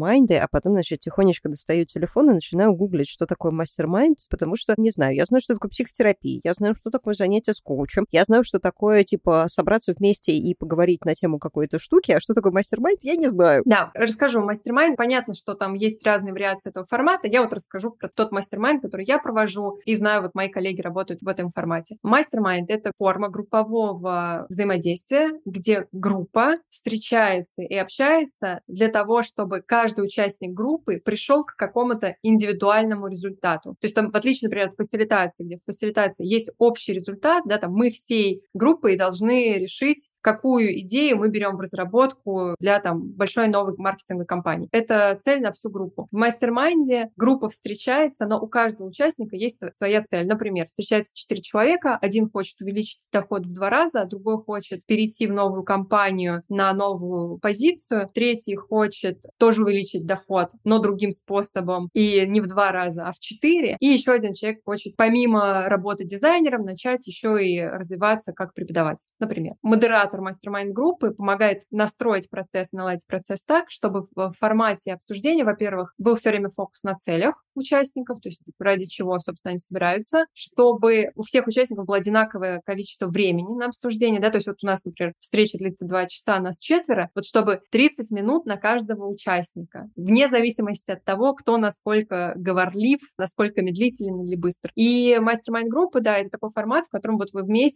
а потом, значит, тихонечко достаю телефон и начинаю гуглить, что такое мастер-майнд, потому что, не знаю, я знаю, что такое психотерапия, я знаю, что такое занятие с коучем, я знаю, что такое, типа, собраться вместе и поговорить на тему какой-то штуки, а что такое мастер-майнд, я не знаю. Да, расскажу. Мастер-майнд, понятно, что там есть разные вариации этого формата. Я вот расскажу про тот мастер-майнд, который я провожу, и знаю, вот мои коллеги работают в этом формате. Мастер-майнд — это форма группового взаимодействия, где группа встречается и общается для того, чтобы каждый участник группы пришел к какому-то индивидуальному результату. То есть там, в отличие, например, от фасилитации, где в фасилитации есть общий результат, да, там мы всей группой должны решить, какую идею мы берем в разработку для там большой новой маркетинговой кампании. Это цель на всю группу. В мастер-майнде группа встречается, но у каждого участника есть своя цель. Например, встречается 4 человека, один хочет увеличить доход в 2 раза, другой хочет перейти в новую компанию на новую позицию, третий хочет тоже увеличить доход, но другим способом, и не в 2 раза, а в 4. И еще один человек хочет, помимо работы дизайнером, начать еще и развиваться как преподаватель, например. Модератор мастер-майнд-группы помогает настроить процесс, наладить процесс так, чтобы в формате обсуждения, во-первых, был все время фокус на целях участников, то есть ради чего, собственно, они собираются, чтобы у всех участников было одинаковое количество времени на обсуждение, да, то есть вот у нас, например, встреча длится 2 часа, нас 4, вот чтобы 30 минут на каждого участника, вне зависимости от того, кто насколько говорлив, насколько медлителен или быстр. И мастер-майнд-группа, да, это такой формат, в котором вот вы вместе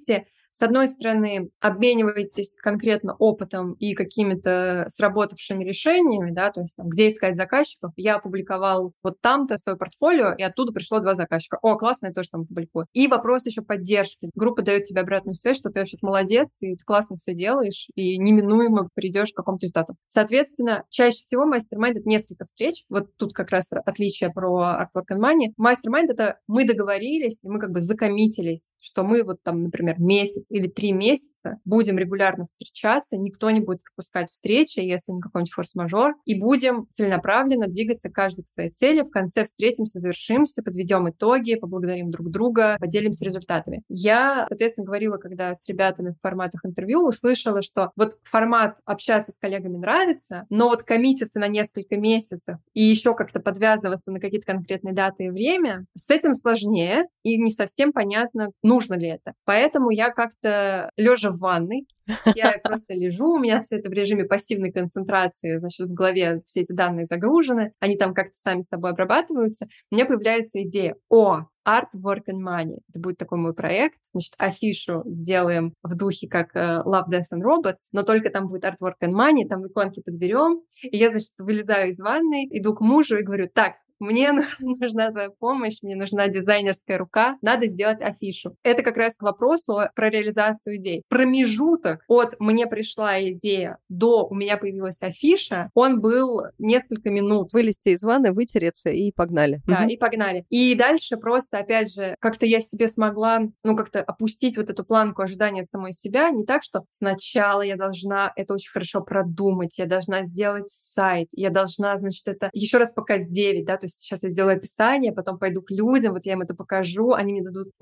с одной стороны, обмениваетесь конкретно опытом и какими-то сработавшими решениями, да, то есть там, где искать заказчиков. Я опубликовал вот там-то свое портфолио, и оттуда пришло 2 заказчика. О, классно, я тоже там публикую. И вопрос еще поддержки. Группа дает тебе обратную связь, что ты вообще молодец, и ты классно все делаешь, и неминуемо придешь к какому-то результату. Соответственно, чаще всего мастер-майнд — это несколько встреч. Вот тут как раз отличие про Artwork and Money. Мастер-майнд — это мы договорились, и мы как бы закоммитились, что мы вот там, например, месяц или 3 месяца будем регулярно встречаться, никто не будет пропускать встречи, если не какой-нибудь форс-мажор, и будем целенаправленно двигаться каждый к своей цели. В конце встретимся, завершимся, подведем итоги, поблагодарим друг друга, поделимся результатами. Я, соответственно, говорила, когда с ребятами в форматах интервью, услышала, что вот формат общаться с коллегами нравится, но вот коммититься на несколько месяцев и еще как-то подвязываться на какие-то конкретные даты и время, с этим сложнее, и не совсем понятно, нужно ли это. Поэтому я как-то, лежа в ванной, я просто лежу, у меня все это в режиме пассивной концентрации, значит, в голове все эти данные загружены, они там как-то сами собой обрабатываются, у меня появляется идея: Art, Work and Money. Это будет такой мой проект. Значит, афишу сделаем в духе как Love, Death and Robots, но только там будет Art, Work and Money, там иконки подберем. И я, значит, вылезаю из ванной, иду к мужу и говорю: так, мне нужна твоя помощь, мне нужна дизайнерская рука, надо сделать афишу. Это как раз к вопросу про реализацию идей. Промежуток от «мне пришла идея» до «у меня появилась афиша», он был несколько минут. Вылезти из ванны, вытереться и погнали. Да, и погнали. И дальше просто, опять же, как-то я себе смогла, как-то опустить вот эту планку ожидания от самой себя. Не так, что сначала я должна это очень хорошо продумать, я должна сделать сайт, я должна, значит, это еще раз показать 9, да, то есть сейчас я сделаю описание, потом пойду к людям, вот я им это покажу, они мне дадут...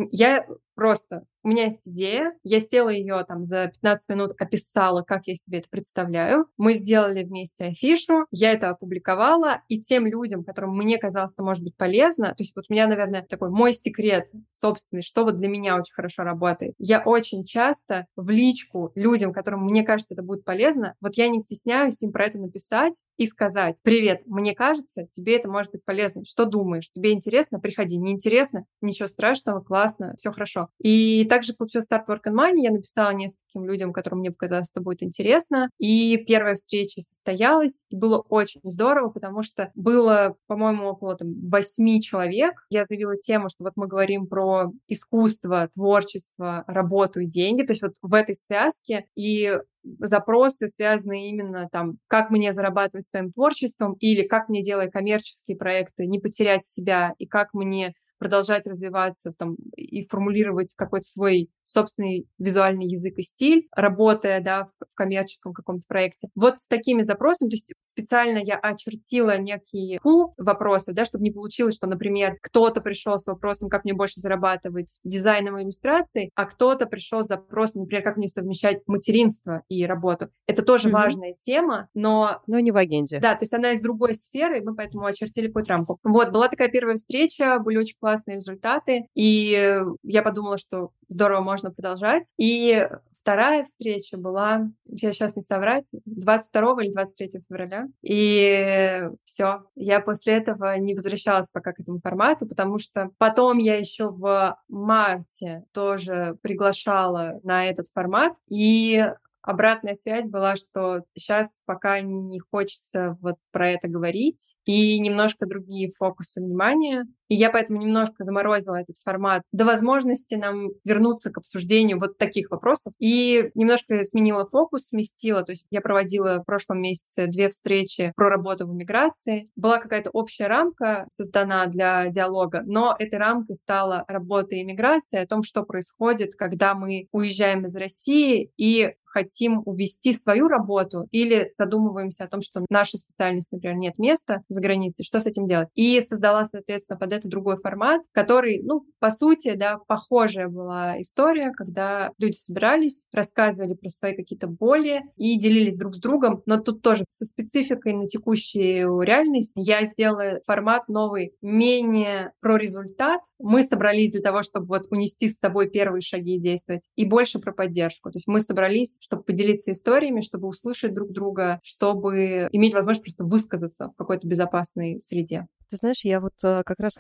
У меня есть идея, я села ее там за 15 минут, описала, как я себе это представляю. Мы сделали вместе афишу, я это опубликовала, и тем людям, которым мне казалось, это может быть полезно, то есть вот у меня, наверное, такой мой секрет собственный, что вот для меня очень хорошо работает. Я очень часто в личку людям, которым мне кажется, это будет полезно, вот я не стесняюсь им про это написать и сказать: привет, мне кажется, тебе это может быть полезно. Что думаешь? Тебе интересно? Приходи. Не интересно? Ничего страшного, классно, все хорошо. И также получился Start Work and Money. Я написала нескольким людям, которым мне показалось, что будет интересно. И первая встреча состоялась, и было очень здорово, потому что было, по-моему, около 8 человек. Я заявила тему, что вот мы говорим про искусство, творчество, работу и деньги. То есть вот в этой связке и запросы, связанные именно там, как мне зарабатывать своим творчеством или как мне, делая коммерческие проекты, не потерять себя и как мне продолжать развиваться там, и формулировать какой-то свой собственный визуальный язык и стиль, работая, да, в коммерческом каком-то проекте. Вот с такими запросами, то есть специально я очертила некий пул вопросов, да, чтобы не получилось, что, например, кто-то пришел с вопросом, как мне больше зарабатывать дизайном и иллюстрацией, а кто-то пришел с запросом, например, как мне совмещать материнство и работу. Это тоже важная тема, но не в агенде. Да, то есть она из другой сферы, и мы поэтому очертили какую-то рамку. Вот, была такая первая встреча, были очень классные результаты, и я подумала, что здорово, можно продолжать. И вторая встреча была, я сейчас не соврать, 22 или 23 февраля. И все, я после этого не возвращалась пока к этому формату, потому что потом я еще в марте тоже приглашала на этот формат, и обратная связь была, что сейчас пока не хочется вот про это говорить, и немножко другие фокусы внимания. И я поэтому немножко заморозила этот формат до возможности нам вернуться к обсуждению вот таких вопросов. И немножко сменила фокус, сместила. То есть я проводила в прошлом месяце 2 встречи про работу в эмиграции. Была какая-то общая рамка создана для диалога, но этой рамкой стала работа и эмиграция, о том, что происходит, когда мы уезжаем из России и хотим увести свою работу или задумываемся о том, что наша специальность, например, нет места за границей, что с этим делать. И создала, соответственно, под это другой формат, который, по сути, да, похожая была история, когда люди собирались, рассказывали про свои какие-то боли и делились друг с другом, но тут тоже со спецификой на текущую реальность я сделала формат новый, менее про результат. Мы собрались для того, чтобы вот унести с собой первые шаги и действовать, и больше про поддержку. То есть мы собрались, чтобы поделиться историями, чтобы услышать друг друга, чтобы иметь возможность просто высказаться в какой-то безопасной среде. Ты знаешь, я вот как раз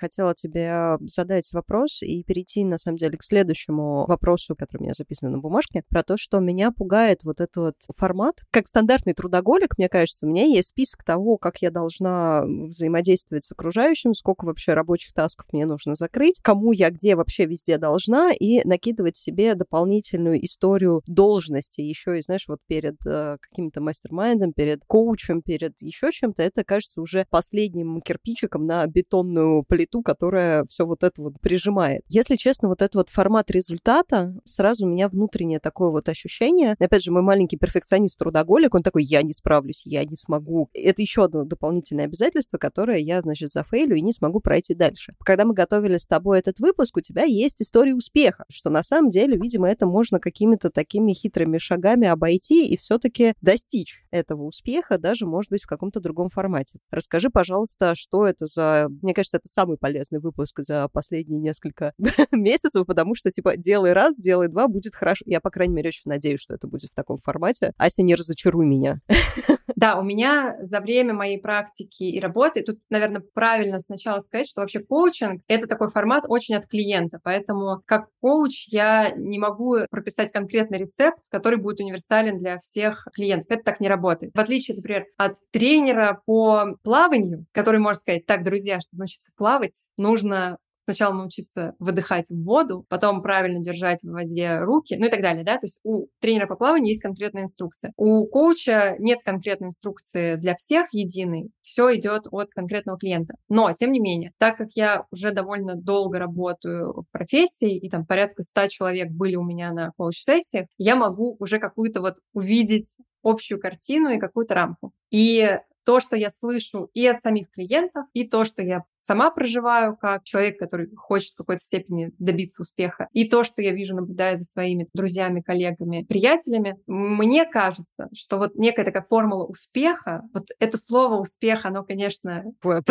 хотела тебе задать вопрос и перейти, на самом деле, к следующему вопросу, который у меня записан на бумажке, про то, что меня пугает вот этот вот формат. Как стандартный трудоголик, мне кажется, у меня есть список того, как я должна взаимодействовать с окружающим, сколько вообще рабочих тасков мне нужно закрыть, кому я где вообще везде должна, и накидывать себе дополнительную историю должности еще и, знаешь, вот перед каким-то мастер-майндом, перед коучем, перед еще чем-то, это, кажется, уже последним кирпичиком на бетонную плиту, которая все вот это вот прижимает. Если честно, вот этот вот формат результата, сразу у меня внутреннее такое вот ощущение. Опять же, мой маленький перфекционист-трудоголик, он такой: я не справлюсь, я не смогу. Это еще одно дополнительное обязательство, которое я, значит, зафейлю и не смогу пройти дальше. Когда мы готовили с тобой этот выпуск, у тебя есть история успеха, что на самом деле, видимо, это можно какими-то такими хитрыми шагами обойти и все-таки достичь этого успеха, даже, может быть, в каком-то другом формате. Расскажи, пожалуйста, что это за... Мне кажется, это самый полезный выпуск за последние несколько месяцев, потому что, типа, делай раз, делай два, будет хорошо. Я, по крайней мере, очень надеюсь, что это будет в таком формате. Ася, не разочаруй меня. Да, у меня за время моей практики и работы, тут, наверное, правильно сначала сказать, что вообще коучинг — это такой формат очень от клиента, поэтому как коуч я не могу прописать конкретный рецепт, который будет универсален для всех клиентов. Это так не работает. В отличие, например, от тренера по плаванию, который может сказать: так, друзья, чтобы научиться плавать, нужно сначала научиться выдыхать в воду, потом правильно держать в воде руки, ну и так далее, да, то есть у тренера по плаванию есть конкретная инструкция. У коуча нет конкретной инструкции для всех единой, все идет от конкретного клиента. Но, тем не менее, так как я уже довольно долго работаю в профессии, и там порядка 100 человек были у меня на коуч-сессиях, я могу уже какую-то вот увидеть общую картину и какую-то рамку. И то, что я слышу и от самих клиентов, и то, что я сама проживаю как человек, который хочет в какой-то степени добиться успеха, и то, что я вижу, наблюдая за своими друзьями, коллегами, приятелями, мне кажется, что вот некая такая формула успеха, вот это слово «успех», оно, конечно,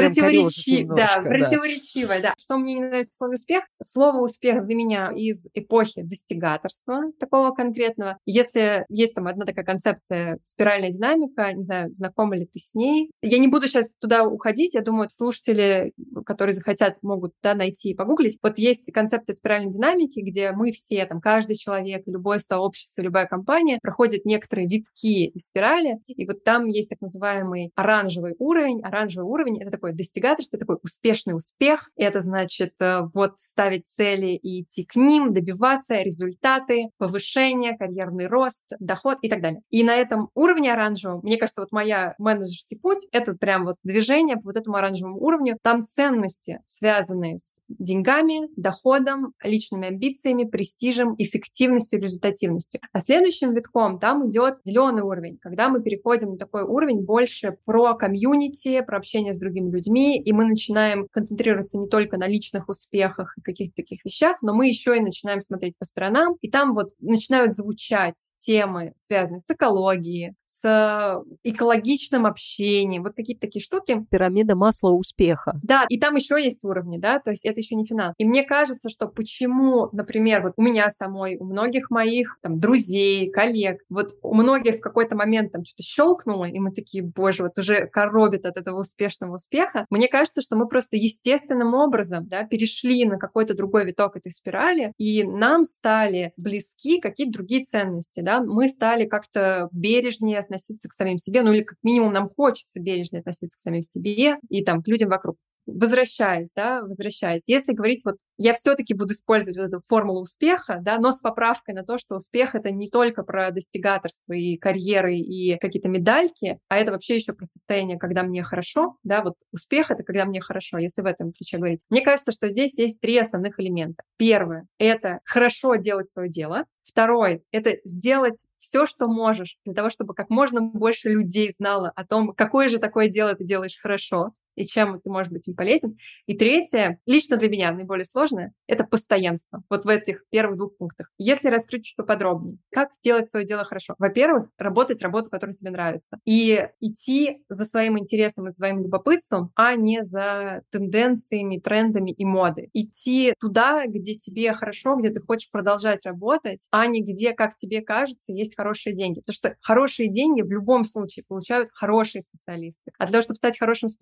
противоречивое, да. Что мне не нравится в слове «успех»? Слово «успех» для меня из эпохи достигаторства такого конкретного. Если есть там одна такая концепция спиральная динамика, не знаю, знакома ли ты с ней, я не буду сейчас туда уходить, я думаю, слушатели, которые захотят, могут, да, найти и погуглить. Вот есть концепция спиральной динамики, где мы все, там, каждый человек, любое сообщество, любая компания проходит некоторые витки из спирали, и вот там есть так называемый оранжевый уровень. Оранжевый уровень — это такое достигаторство, такой успешный успех. Это значит вот ставить цели и идти к ним, добиваться, результаты, повышение, карьерный рост, доход и так далее. И на этом уровне оранжевом, мне кажется, вот моя менеджерский путь — это прям вот движение по вот этому оранжевому уровню. Там ценности, связанные с деньгами, доходом, личными амбициями, престижем, эффективностью, результативностью. А следующим витком там идет зеленый уровень, когда мы переходим на такой уровень больше про комьюнити, про общение с другими людьми, и мы начинаем концентрироваться не только на личных успехах и каких-то таких вещах, но мы еще и начинаем смотреть по сторонам, и там вот начинают звучать темы, связанные с экологией, с экологичным общением, вот какие-то такие штуки. Пирамида масла успеха. Да, и там еще есть уровни, да, то есть это еще не финал. И мне кажется, что почему, например, вот у меня самой, у многих моих там друзей, коллег, вот у многих в какой-то момент там что-то щелкнуло, и мы такие: боже, вот уже коробит от этого успешного успеха. Мне кажется, что мы просто естественным образом, да, перешли на какой-то другой виток этой спирали, и нам стали близки какие-то другие ценности, да, мы стали как-то бережнее относиться к самим себе, ну или как минимум нам хочется бережнее относиться к самим себе и там к людям вокруг. Возвращаясь, если говорить, вот я все-таки буду использовать вот эту формулу успеха, да, но с поправкой на то, что успех — это не только про достигаторство и карьеры и какие-то медальки, а это вообще еще про состояние, когда мне хорошо, да, вот успех — это когда мне хорошо, если в этом ключе говорить. Мне кажется, что здесь есть 3 основных элемента. Первое — это хорошо делать свое дело. Второе — это сделать все, что можешь, для того, чтобы как можно больше людей знало о том, какое же такое дело ты делаешь хорошо, и чем ты можешь быть им полезен. И третье, лично для меня наиболее сложное, это постоянство. Вот в этих первых 2 пунктах. Если раскрыть чуть поподробнее, как делать свое дело хорошо? Во-первых, работать работу, которая тебе нравится. И идти за своим интересом и своим любопытством, а не за тенденциями, трендами и модой. Идти туда, где тебе хорошо, где ты хочешь продолжать работать, а не где, как тебе кажется, есть хорошие деньги. Потому что хорошие деньги в любом случае получают хорошие специалисты. А для того, чтобы стать хорошим специалистом,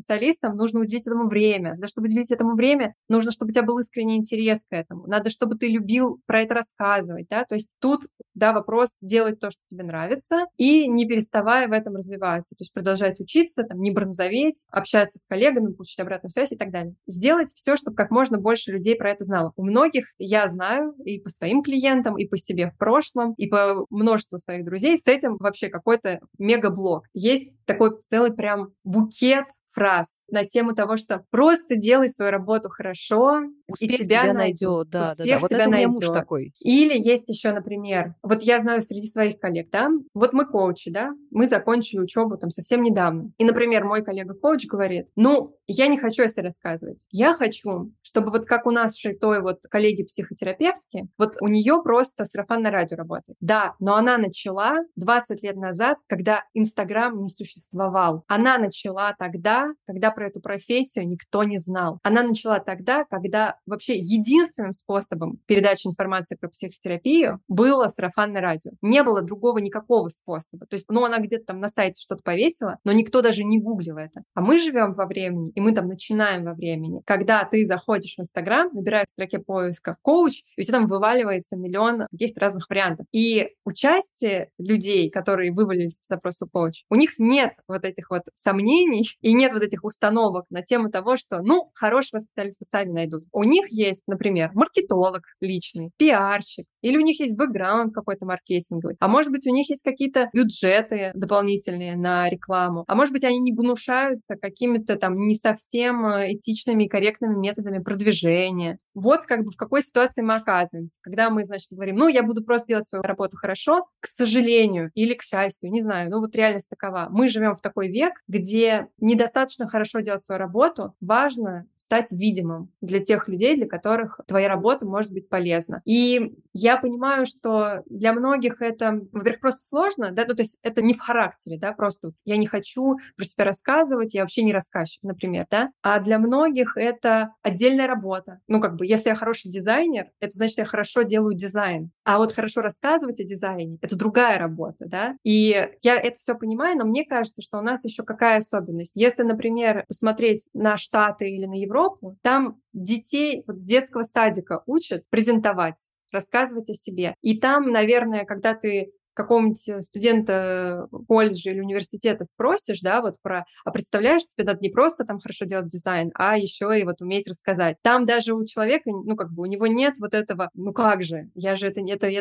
специалистом, нужно уделить этому время. Для чтобы уделить этому время, нужно, чтобы у тебя был искренний интерес к этому. Надо, чтобы ты любил про это рассказывать, да. То есть тут, да, вопрос делать то, что тебе нравится, и не переставая в этом развиваться. То есть продолжать учиться, там, не бронзоветь, общаться с коллегами, получить обратную связь и так далее. Сделать все, чтобы как можно больше людей про это знало. У многих, я знаю, и по своим клиентам, и по себе в прошлом, и по множеству своих друзей, с этим вообще какой-то мегаблок. Есть такой целый прям букет фраз на тему того, что просто делай свою работу хорошо, Успех и тебя найдет, да. Успех Вот тебя это у меня муж найдет. такой. Или есть еще, например, вот я знаю среди своих коллег, да, вот мы коучи, да, мы закончили учебу там совсем недавно. И, например, мой коллега-коуч говорит, ну, я не хочу о себе рассказывать. Я хочу, чтобы вот как у нас шейтой вот коллеги-психотерапевтки, вот у нее просто сарафанное радио работает. Да, но она начала 20 лет назад, когда Инстаграм не существовал. Она начала тогда, когда про эту профессию никто не знал. Она начала тогда, когда вообще единственным способом передачи информации про психотерапию было сарафанное радио. Не было другого никакого способа. То есть, ну, она где-то там на сайте что-то повесила, но никто даже не гуглил это. А мы живем во времени, и мы там начинаем во времени, когда ты заходишь в Инстаграм, набираешь в строке поиска «коуч», и у тебя там вываливается миллион каких-то разных вариантов. И участие людей, которые вывалились по запросу «коуч», у них нет вот этих вот сомнений и нет вот этих установок на тему того, что, ну, хорошего специалиста сами найдут. У них есть, например, маркетолог личный, пиарщик, или у них есть бэкграунд какой-то маркетинговый, а может быть, у них есть какие-то бюджеты дополнительные на рекламу, а может быть, они не гнушаются какими-то там не совсем этичными и корректными методами продвижения. Вот как бы в какой ситуации мы оказываемся, когда мы, значит, говорим, ну, я буду просто делать свою работу хорошо, к сожалению или к счастью, не знаю, ну, вот реальность такова. Мы живем в такой век, где недостаточно хорошо делать свою работу, важно стать видимым для тех людей, для которых твоя работа может быть полезна. И я понимаю, что для многих это, во-первых, просто сложно, да, ну, то есть это не в характере, да, просто я не хочу про себя рассказывать, я вообще не рассказчик, например, да, а для многих это отдельная работа. Ну, как бы, если я хороший дизайнер, это значит, я хорошо делаю дизайн. А вот хорошо рассказывать о дизайне — это другая работа, да. И я это все понимаю, но мне кажется, что у нас еще какая особенность. Если, например, посмотреть на Штаты или на Европу, там детей вот с детского садика учат презентовать, рассказывать о себе. И там, наверное, когда ты какого-нибудь студента колледжа или университета спросишь, да, вот про, а представляешь, тебе надо не просто там хорошо делать дизайн, а еще и вот уметь рассказать. Там даже у человека, ну, как бы у него нет вот этого, ну, как же, я же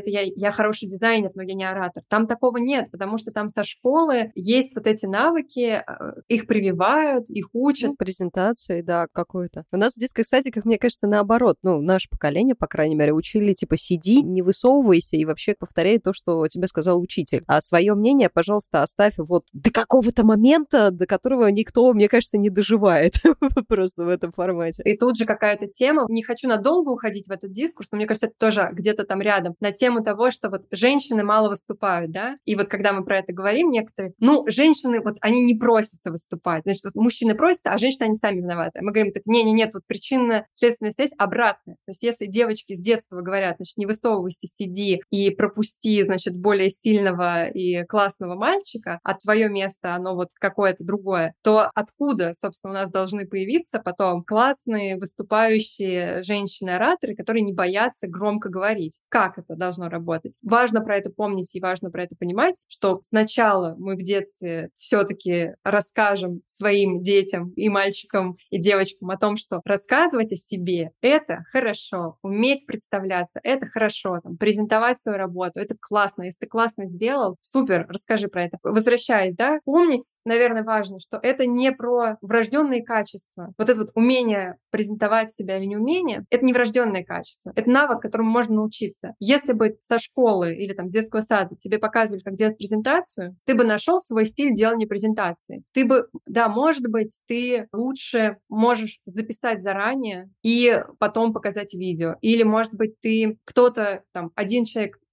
я хороший дизайнер, но я не оратор. Там такого нет, потому что там со школы есть вот эти навыки, их прививают, их учат. Ну, презентации, да, какой-то. У нас в детских садиках, мне кажется, наоборот, ну, наше поколение, по крайней мере, учили, типа, сиди, не высовывайся и вообще повторяй то, что тебе сказал учитель. А свое мнение, пожалуйста, оставь вот до какого-то момента, до которого никто, мне кажется, не доживает просто в этом формате. И тут же какая-то тема, не хочу надолго уходить в этот дискурс, но мне кажется, это тоже где-то там рядом, на тему того, что вот женщины мало выступают, да, и вот когда мы про это говорим, некоторые, ну, женщины, вот они не просятся выступать, значит, вот мужчины просятся, а женщины, они сами виноваты. Мы говорим так, нет, вот причинно-следственная связь обратная. То есть если девочки с детства говорят, значит, не высовывайся, сиди и пропусти, значит, более сильного и классного мальчика, а твое место, оно вот какое-то другое, то откуда, собственно, у нас должны появиться потом классные выступающие женщины-ораторы, которые не боятся громко говорить? Как это должно работать? Важно про это помнить и важно про это понимать, что сначала мы в детстве все-таки расскажем своим детям и мальчикам, и девочкам о том, что рассказывать о себе — это хорошо, уметь представляться — это хорошо, там, презентовать свою работу — это классно. Если ты классно сделал, супер, расскажи про это. Возвращаясь, да, помнить, наверное, важно, что это не про врожденные качества. Вот это вот умение презентовать себя или неумение — это не врожденное качество. Это навык, которому можно научиться. Если бы со школы или там с детского сада тебе показывали, как делать презентацию, ты бы нашел свой стиль делания презентации. Ты бы, да, может быть, ты лучше можешь записать заранее и потом показать видео. Или, может быть, ты кто-то, там, один человек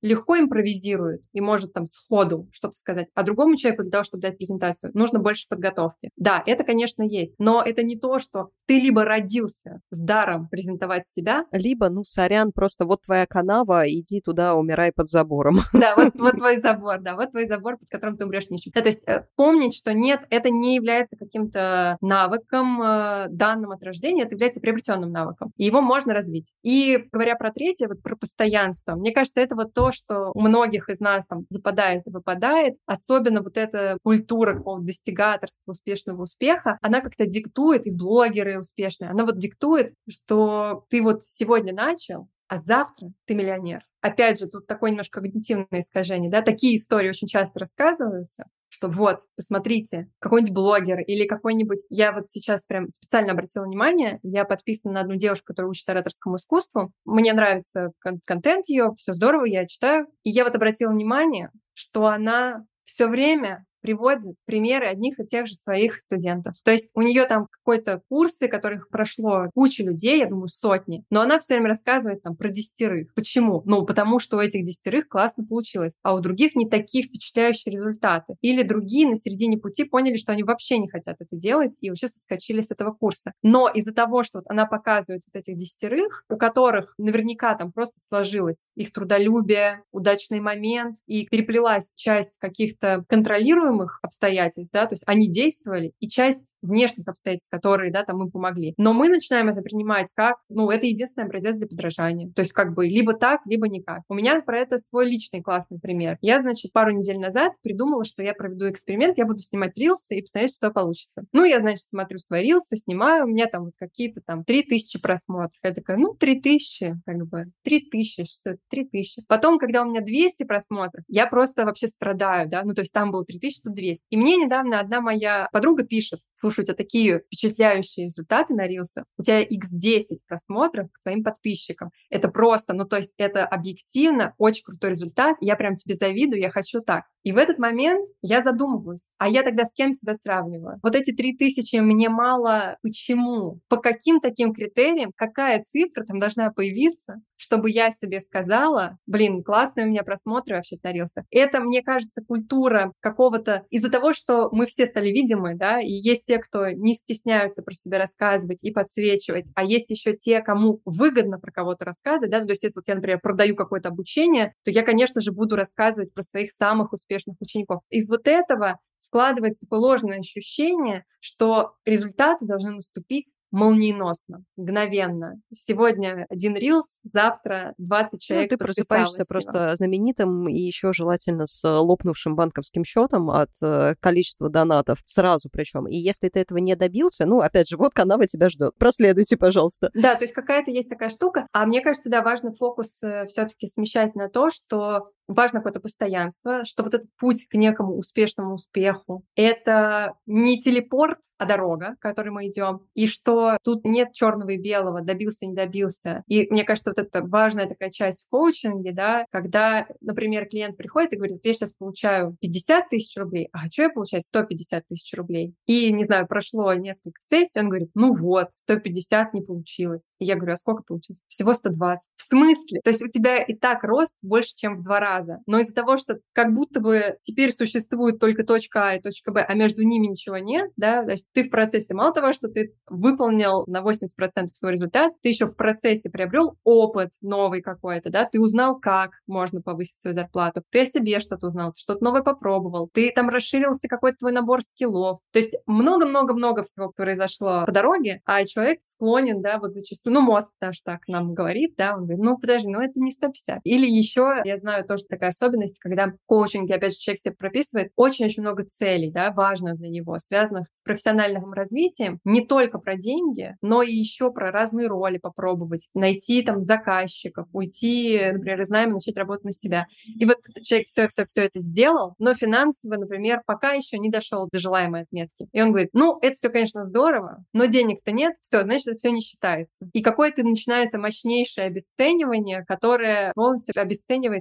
легко импровизирует и может там сходу что-то сказать, а другому человеку для того, чтобы дать презентацию, нужно больше подготовки. Да, это, конечно, есть, но это не то, что ты либо родился с даром презентовать себя, либо, ну, сорян, просто вот твоя канава, иди туда, умирай под забором. Да, вот твой забор, да, вот твой забор, под которым ты умрешь ничем. Да, то есть помнить, что нет, это не является каким-то навыком, данным от рождения, это является приобретенным навыком. И его можно развить. И говоря про третье, вот про постоянство, мне кажется, это вот то, что у многих из нас там западает и выпадает, особенно вот эта культура какого-то достигаторства, успешного успеха, она как-то диктует, и блогеры успешные, она вот диктует, что ты вот сегодня начал, а завтра ты миллионер. Опять же, тут такое немножко когнитивное искажение, да, такие истории очень часто рассказываются, что вот, посмотрите, какой-нибудь блогер или какой-нибудь... Я вот сейчас прям специально обратила внимание, я подписана на одну девушку, которая учит ораторскому искусству, мне нравится контент ее, все здорово, я читаю, и я вот обратила внимание, что она все время приводит примеры одних и тех же своих студентов. То есть у нее там какой-то курсы, которых прошло куча людей, я думаю, сотни, но она все время рассказывает там про 10. Почему? Ну, потому что у этих 10 классно получилось, а у других не такие впечатляющие результаты. Или другие на середине пути поняли, что они вообще не хотят это делать и вообще соскочили с этого курса. Но из-за того, что вот она показывает вот этих 10, у которых наверняка там просто сложилось их трудолюбие, удачный момент, и переплелась часть каких-то контролируемых обстоятельств, да, то есть они действовали, и часть внешних обстоятельств, которые, да, там им помогли. Но мы начинаем это принимать как, ну, это единственный образец для подражания. То есть как бы либо так, либо никак. У меня про это свой личный классный пример. Я, значит, пару недель назад придумала, что я проведу эксперимент, я буду снимать рилсы и посмотреть, что получится. Ну, я, значит, смотрю свои рилсы, снимаю, у меня там вот какие-то там 3000 просмотров. Я такая, ну, 3000, как бы, 3000, что это, 3000. Потом, когда у меня 200 просмотров, я просто вообще страдаю, да, ну, то есть там было 3000, тут 200. И мне недавно одна моя подруга пишет: слушай, у тебя такие впечатляющие результаты на рилсах, у тебя x10 просмотров к твоим подписчикам. Это просто, ну, то есть это объективно очень крутой результат, я прям тебе завидую, я хочу так. И в этот момент я задумываюсь, а я тогда с кем себя сравниваю? Вот эти 3000 мне мало. Почему? По каким таким критериям? Какая цифра там должна появиться, чтобы я себе сказала, блин, классные у меня просмотры вообще на рилсах. Это, мне кажется, культура какого-то... Из-за того, что мы все стали видимы, да, и есть те, кто не стесняются про себя рассказывать и подсвечивать, а есть еще те, кому выгодно про кого-то рассказывать, да, то есть если вот я, например, продаю какое-то обучение, то я, конечно же, буду рассказывать про своих самых успешных учеников. Из вот этого складывается такое ложное ощущение, что результаты должны наступить молниеносно, мгновенно. Сегодня один рилс, завтра 20 человек ты просыпаешься подписалось просто знаменитым и еще желательно с лопнувшим банковским счетом от количества донатов сразу причем. И если ты этого не добился, ну, опять же, вот канава тебя ждет. Проследуйте, пожалуйста. Да, то есть какая-то есть такая штука. А мне кажется, да, важно фокус все-таки смещать на то, что важно какое-то постоянство, что вот этот путь к некому успешному успеху — это не телепорт, а дорога, к которой мы идем, и что тут нет черного и белого, добился, не добился. И мне кажется, вот это важная такая часть в коучинге, да, когда, например, клиент приходит и говорит: вот я сейчас получаю 50 тысяч рублей, а хочу я получать 150 тысяч рублей. И, не знаю, прошло несколько сессий, он говорит: ну вот, 150 не получилось. И я говорю: а сколько получилось? Всего 120. В смысле? То есть у тебя и так рост больше, чем в 2 раза. Но из-за того, что как будто бы теперь существует только точка А и точка Б, а между ними ничего нет, да, то есть ты в процессе, мало того, что ты выполнил на 80% свой результат, ты еще в процессе приобрел опыт новый какой-то, да, ты узнал, как можно повысить свою зарплату, ты о себе что-то узнал, ты что-то новое попробовал, ты там расширился какой-то твой набор скиллов. То есть много-много-много всего произошло по дороге, а человек склонен, да, вот зачастую, ну, мозг даже так нам говорит, да, он говорит: ну, подожди, ну, это не 150. Или еще, я знаю тоже такая особенность, когда в коучинге, опять же, человек себе прописывает очень-очень много целей, да, важных для него, связанных с профессиональным развитием, не только про деньги, но и еще про разные роли попробовать, найти там заказчиков, уйти, например, из найма, начать работать на себя. И вот человек все это сделал, но финансово, например, пока еще не дошел до желаемой отметки. И он говорит: ну, это все, конечно, здорово, но денег-то нет, все, значит, это все не считается. И какое-то начинается мощнейшее обесценивание, которое полностью обесценивает пройденный путь.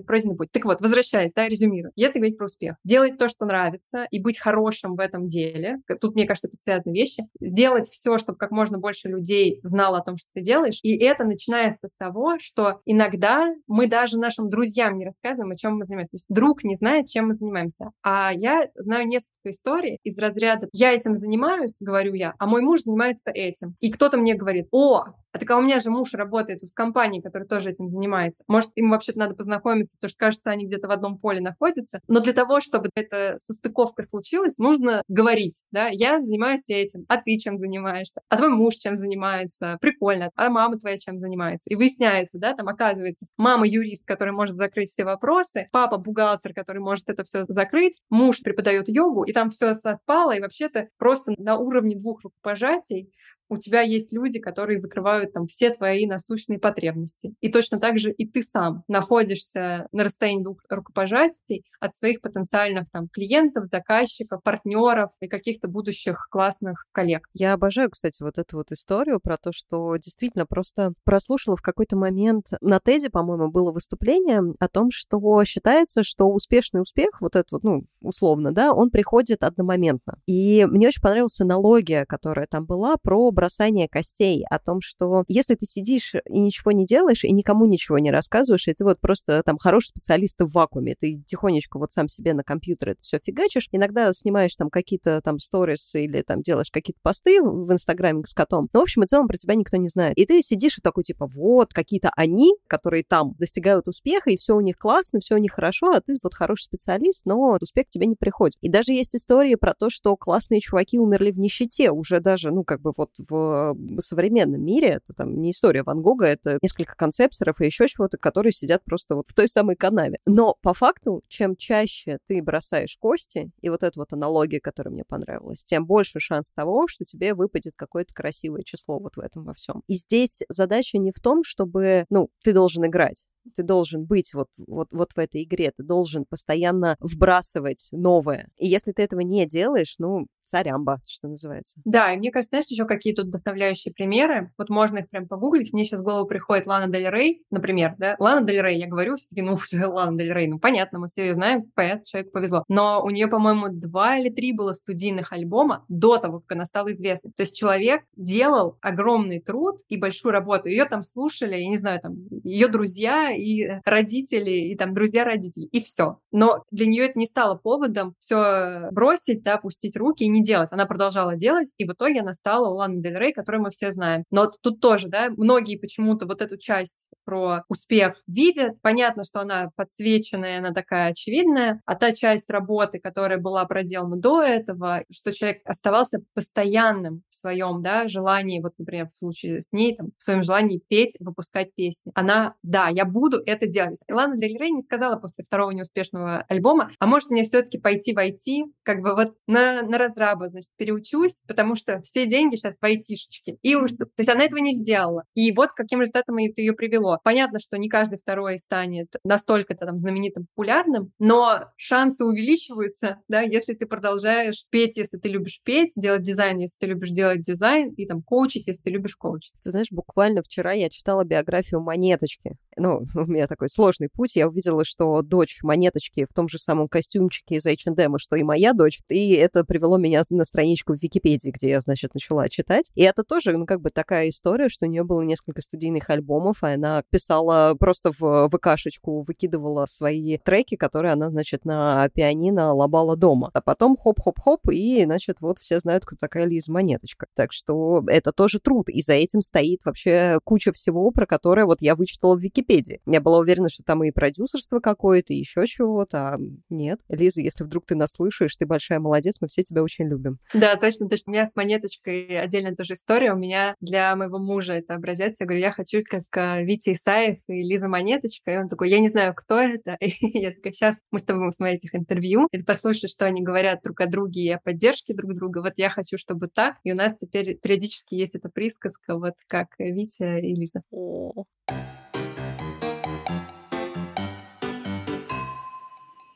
Так вот, возвращаясь, да, резюмирую. Если говорить про успех, делать то, что нравится, и быть хорошим в этом деле, тут, мне кажется, это связанные вещи, сделать все, чтобы как можно больше людей знало о том, что ты делаешь, и это начинается с того, что иногда мы даже нашим друзьям не рассказываем, о чем мы занимаемся. То есть друг не знает, чем мы занимаемся. А я знаю несколько историй из разряда «я этим занимаюсь», говорю я, а мой муж занимается этим. И кто-то мне говорит: «О, а так у меня же муж работает в компании, которая тоже этим занимается. Может, им вообще-то надо познакомиться, потому что, кажется, они где-то в одном поле находятся. Но для того, чтобы эта состыковка случилась, нужно говорить, да, я занимаюсь этим, а ты чем занимаешься? А твой муж чем занимается? Прикольно. А мама твоя чем занимается?» И выясняется, да, там оказывается, мама юрист, который может закрыть все вопросы, папа бухгалтер, который может это все закрыть, муж преподает йогу, и там все совпало, и вообще-то просто на уровне 2 рукопожатий у тебя есть люди, которые закрывают там все твои насущные потребности. И точно так же и ты сам находишься на расстоянии 2 рукопожатий от своих потенциальных там клиентов, заказчиков, партнеров и каких-то будущих классных коллег. Я обожаю, кстати, вот эту вот историю про то, что действительно просто прослушала в какой-то момент на Теде, по-моему, было выступление о том, что считается, что успешный успех, вот этот вот, ну, условно, да, он приходит одномоментно. И мне очень понравилась аналогия, которая там была про бросание костей, о том, что если ты сидишь и ничего не делаешь, и никому ничего не рассказываешь, и ты вот просто там хороший специалист в вакууме, ты тихонечко вот сам себе на компьютер это все фигачишь, иногда снимаешь там какие-то там сторис или там делаешь какие-то посты в Инстаграме с котом, но в общем и целом про тебя никто не знает. И ты сидишь и такой типа вот какие-то они, которые там достигают успеха, и все у них классно, все у них хорошо, а ты вот хороший специалист, но успех к тебе не приходит. И даже есть истории про то, что классные чуваки умерли в нищете, уже даже, ну, как бы вот в современном мире, это там не история Ван Гога, это несколько концепторов и еще чего-то, которые сидят просто вот в той самой канаве. Но по факту, чем чаще ты бросаешь кости, и вот эта вот аналогия, которая мне понравилась, тем больше шанс того, что тебе выпадет какое-то красивое число вот в этом во всем. И здесь задача не в том, чтобы, ну, ты должен играть. Ты должен быть вот в этой игре, ты должен постоянно вбрасывать новое. И если ты этого не делаешь, ну, царямба, что называется. Да, и мне кажется, знаешь, еще какие тут вдохновляющие примеры. Вот можно их прям погуглить. Мне сейчас в голову приходит Лана Дель Рей, например, да. Лана Дель Рей, я говорю, все таки, ну, Лана Дель Рей, ну, понятно, мы все ее знаем, понятно, человеку повезло. Но у нее, по-моему, 2 или 3 было студийных альбома до того, как она стала известной. То есть человек делал огромный труд и большую работу. Ее там слушали, я не знаю, там, ее друзья и родители, и там друзья родителей, и все. Но для нее это не стало поводом все бросить, да, опустить руки и не делать. Она продолжала делать, и в итоге она стала Ланой Дель Рей, которую мы все знаем. Но вот тут тоже, да, многие почему-то вот эту часть про успех видят. Понятно, что она подсвеченная, она такая очевидная, а та часть работы, которая была проделана до этого, что человек оставался постоянным в своем, да, желании, вот, например, в случае с ней, там, в своем желании петь, выпускать песни. Она, да, я буду это делать. И Лана Дель Рей не сказала после 2-го неуспешного альбома, а может мне все-таки пойти в IT, как бы вот на разраба, значит, переучусь, потому что все деньги сейчас в айтишечке. И уж, то есть она этого не сделала. И вот к каким результатам это ее привело. Понятно, что не каждый второй станет настолько-то там знаменитым, популярным, но шансы увеличиваются, да, если ты продолжаешь петь, если ты любишь петь, делать дизайн, если ты любишь делать дизайн, и там коучить, если ты любишь коучить. Ты знаешь, буквально вчера я читала биографию Монеточки. Ну, у меня такой сложный путь. Я увидела, что дочь Монеточки в том же самом костюмчике из H&M, что и моя дочь. И это привело меня на страничку в Википедии, где я, значит, начала читать. И это тоже, ну, как бы такая история, что у нее было несколько студийных альбомов, и она писала просто в ВКшечку, выкидывала свои треки, которые она, значит, на пианино лобала дома. А потом хоп-хоп-хоп, и, значит, вот все знают, кто такая Лиза Монеточка. Так что это тоже труд. И за этим стоит вообще куча всего, про которое вот я вычитала в Википедии. Я была уверена, что там и продюсерство какое-то, и еще чего-то, а нет. Лиза, если вдруг ты нас слышишь, ты большая молодец, мы все тебя очень любим. Да, точно, точно. У меня с Монеточкой отдельная тоже история. У меня для моего мужа это образец. Я говорю, я хочу как Витя Исаев и Лиза Монеточка. И он такой, я не знаю, кто это. И я такая, сейчас мы с тобой будем смотреть их интервью, и ты послушаешь, что они говорят друг о друге и о поддержке друг друга. Вот я хочу, чтобы так. И у нас теперь периодически есть эта присказка, вот как Витя и Лиза. А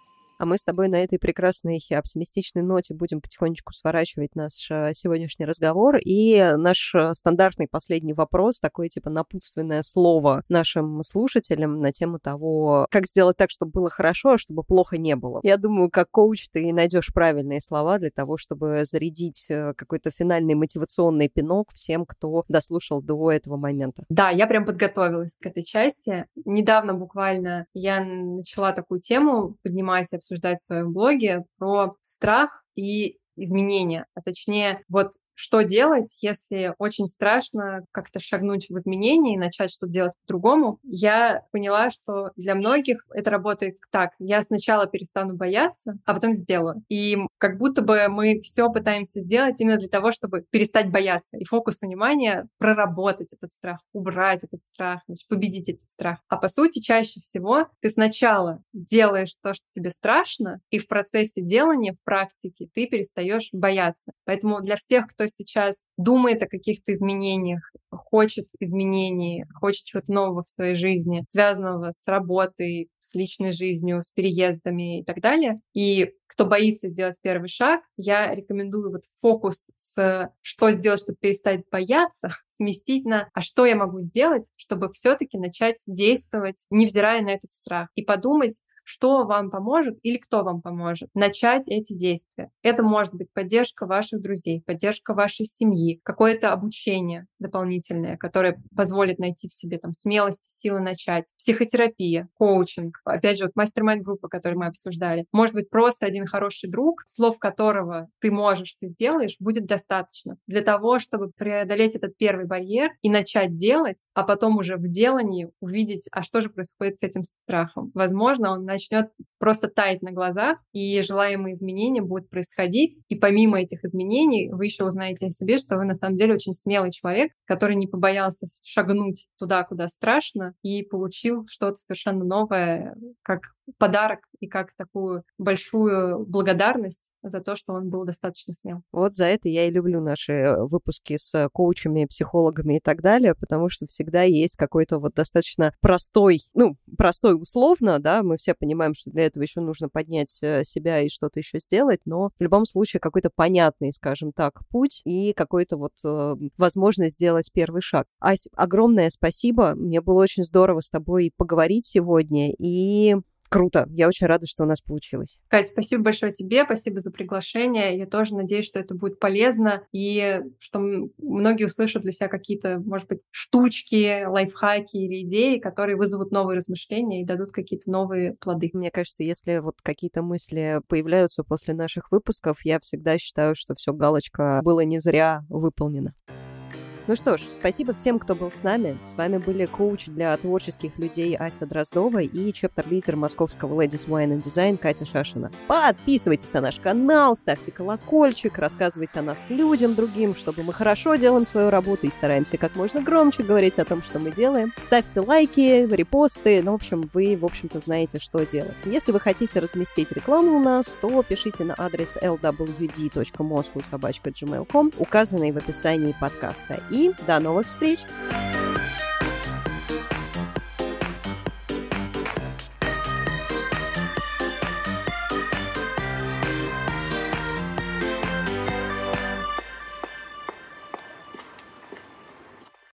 А мы с тобой на этой прекрасной оптимистичной ноте будем потихонечку сворачивать наш сегодняшний разговор. И наш стандартный последний вопрос, такое типа напутственное слово нашим слушателям на тему того, как сделать так, чтобы было хорошо, а чтобы плохо не было. Я думаю, как коуч ты найдешь правильные слова для того, чтобы зарядить какой-то финальный мотивационный пинок всем, кто дослушал до этого момента. Да, я прям подготовилась к этой части. Недавно буквально я начала такую тему поднимать и обсуждать в своем блоге про страх и изменения, а точнее, вот что делать, если очень страшно как-то шагнуть в изменения и начать что-то делать по-другому. Я поняла, что для многих это работает так. Я сначала перестану бояться, а потом сделаю. И как будто бы мы все пытаемся сделать именно для того, чтобы перестать бояться. И фокус внимания — проработать этот страх, убрать этот страх, значит, победить этот страх. А по сути, чаще всего ты сначала делаешь то, что тебе страшно, и в процессе делания, в практике, ты перестаешь бояться. Поэтому для всех, кто сейчас думает о каких-то изменениях, хочет изменений, хочет чего-то нового в своей жизни, связанного с работой, с личной жизнью, с переездами и так далее, и кто боится сделать первый шаг, я рекомендую вот фокус с что сделать, чтобы перестать бояться, сместить на а что я могу сделать, чтобы все-таки начать действовать, невзирая на этот страх, и подумать, что вам поможет или кто вам поможет начать эти действия. Это может быть поддержка ваших друзей, поддержка вашей семьи, какое-то обучение дополнительное, которое позволит найти в себе там смелости, силы начать, психотерапия, коучинг, опять же, вот мастер-майнд-группа, которую мы обсуждали. Может быть, просто один хороший друг, слов которого ты можешь, ты сделаешь, будет достаточно для того, чтобы преодолеть этот первый барьер и начать делать, а потом уже в делании увидеть, а что же происходит с этим страхом. Возможно, он начнет просто таять на глазах, и желаемые изменения будут происходить. И помимо этих изменений вы еще узнаете о себе, что вы на самом деле очень смелый человек, который не побоялся шагнуть туда, куда страшно, и получил что-то совершенно новое, как подарок и как такую большую благодарность за то, что он был достаточно смел. Вот за это я и люблю наши выпуски с коучами, психологами и так далее, потому что всегда есть какой-то вот достаточно простой условно, да, мы все понимаем, что для этого еще нужно поднять себя и что-то еще сделать, но в любом случае какой-то понятный, скажем так, путь и какой-то вот возможность сделать первый шаг. Ась, огромное спасибо, мне было очень здорово с тобой поговорить сегодня, и круто. Я очень рада, что у нас получилось. Кать, спасибо большое тебе, спасибо за приглашение. Я тоже надеюсь, что это будет полезно и что многие услышат для себя какие-то, может быть, штучки, лайфхаки или идеи, которые вызовут новые размышления и дадут какие-то новые плоды. Мне кажется, если вот какие-то мысли появляются после наших выпусков, я всегда считаю, что все, галочка было не зря выполнена. Ну что ж, спасибо всем, кто был с нами. С вами были коуч для творческих людей Ася Дроздова и чептер-лидер московского Ladies Wine and Design Катя Шашина. Подписывайтесь на наш канал, ставьте колокольчик, рассказывайте о нас людям другим, чтобы мы хорошо делаем свою работу и стараемся как можно громче говорить о том, что мы делаем. Ставьте лайки, репосты, в общем, вы, в общем-то, знаете, что делать. Если вы хотите разместить рекламу у нас, то пишите на адрес lwd.moscow@gmail.com, указанный в описании подкаста. И до новых встреч!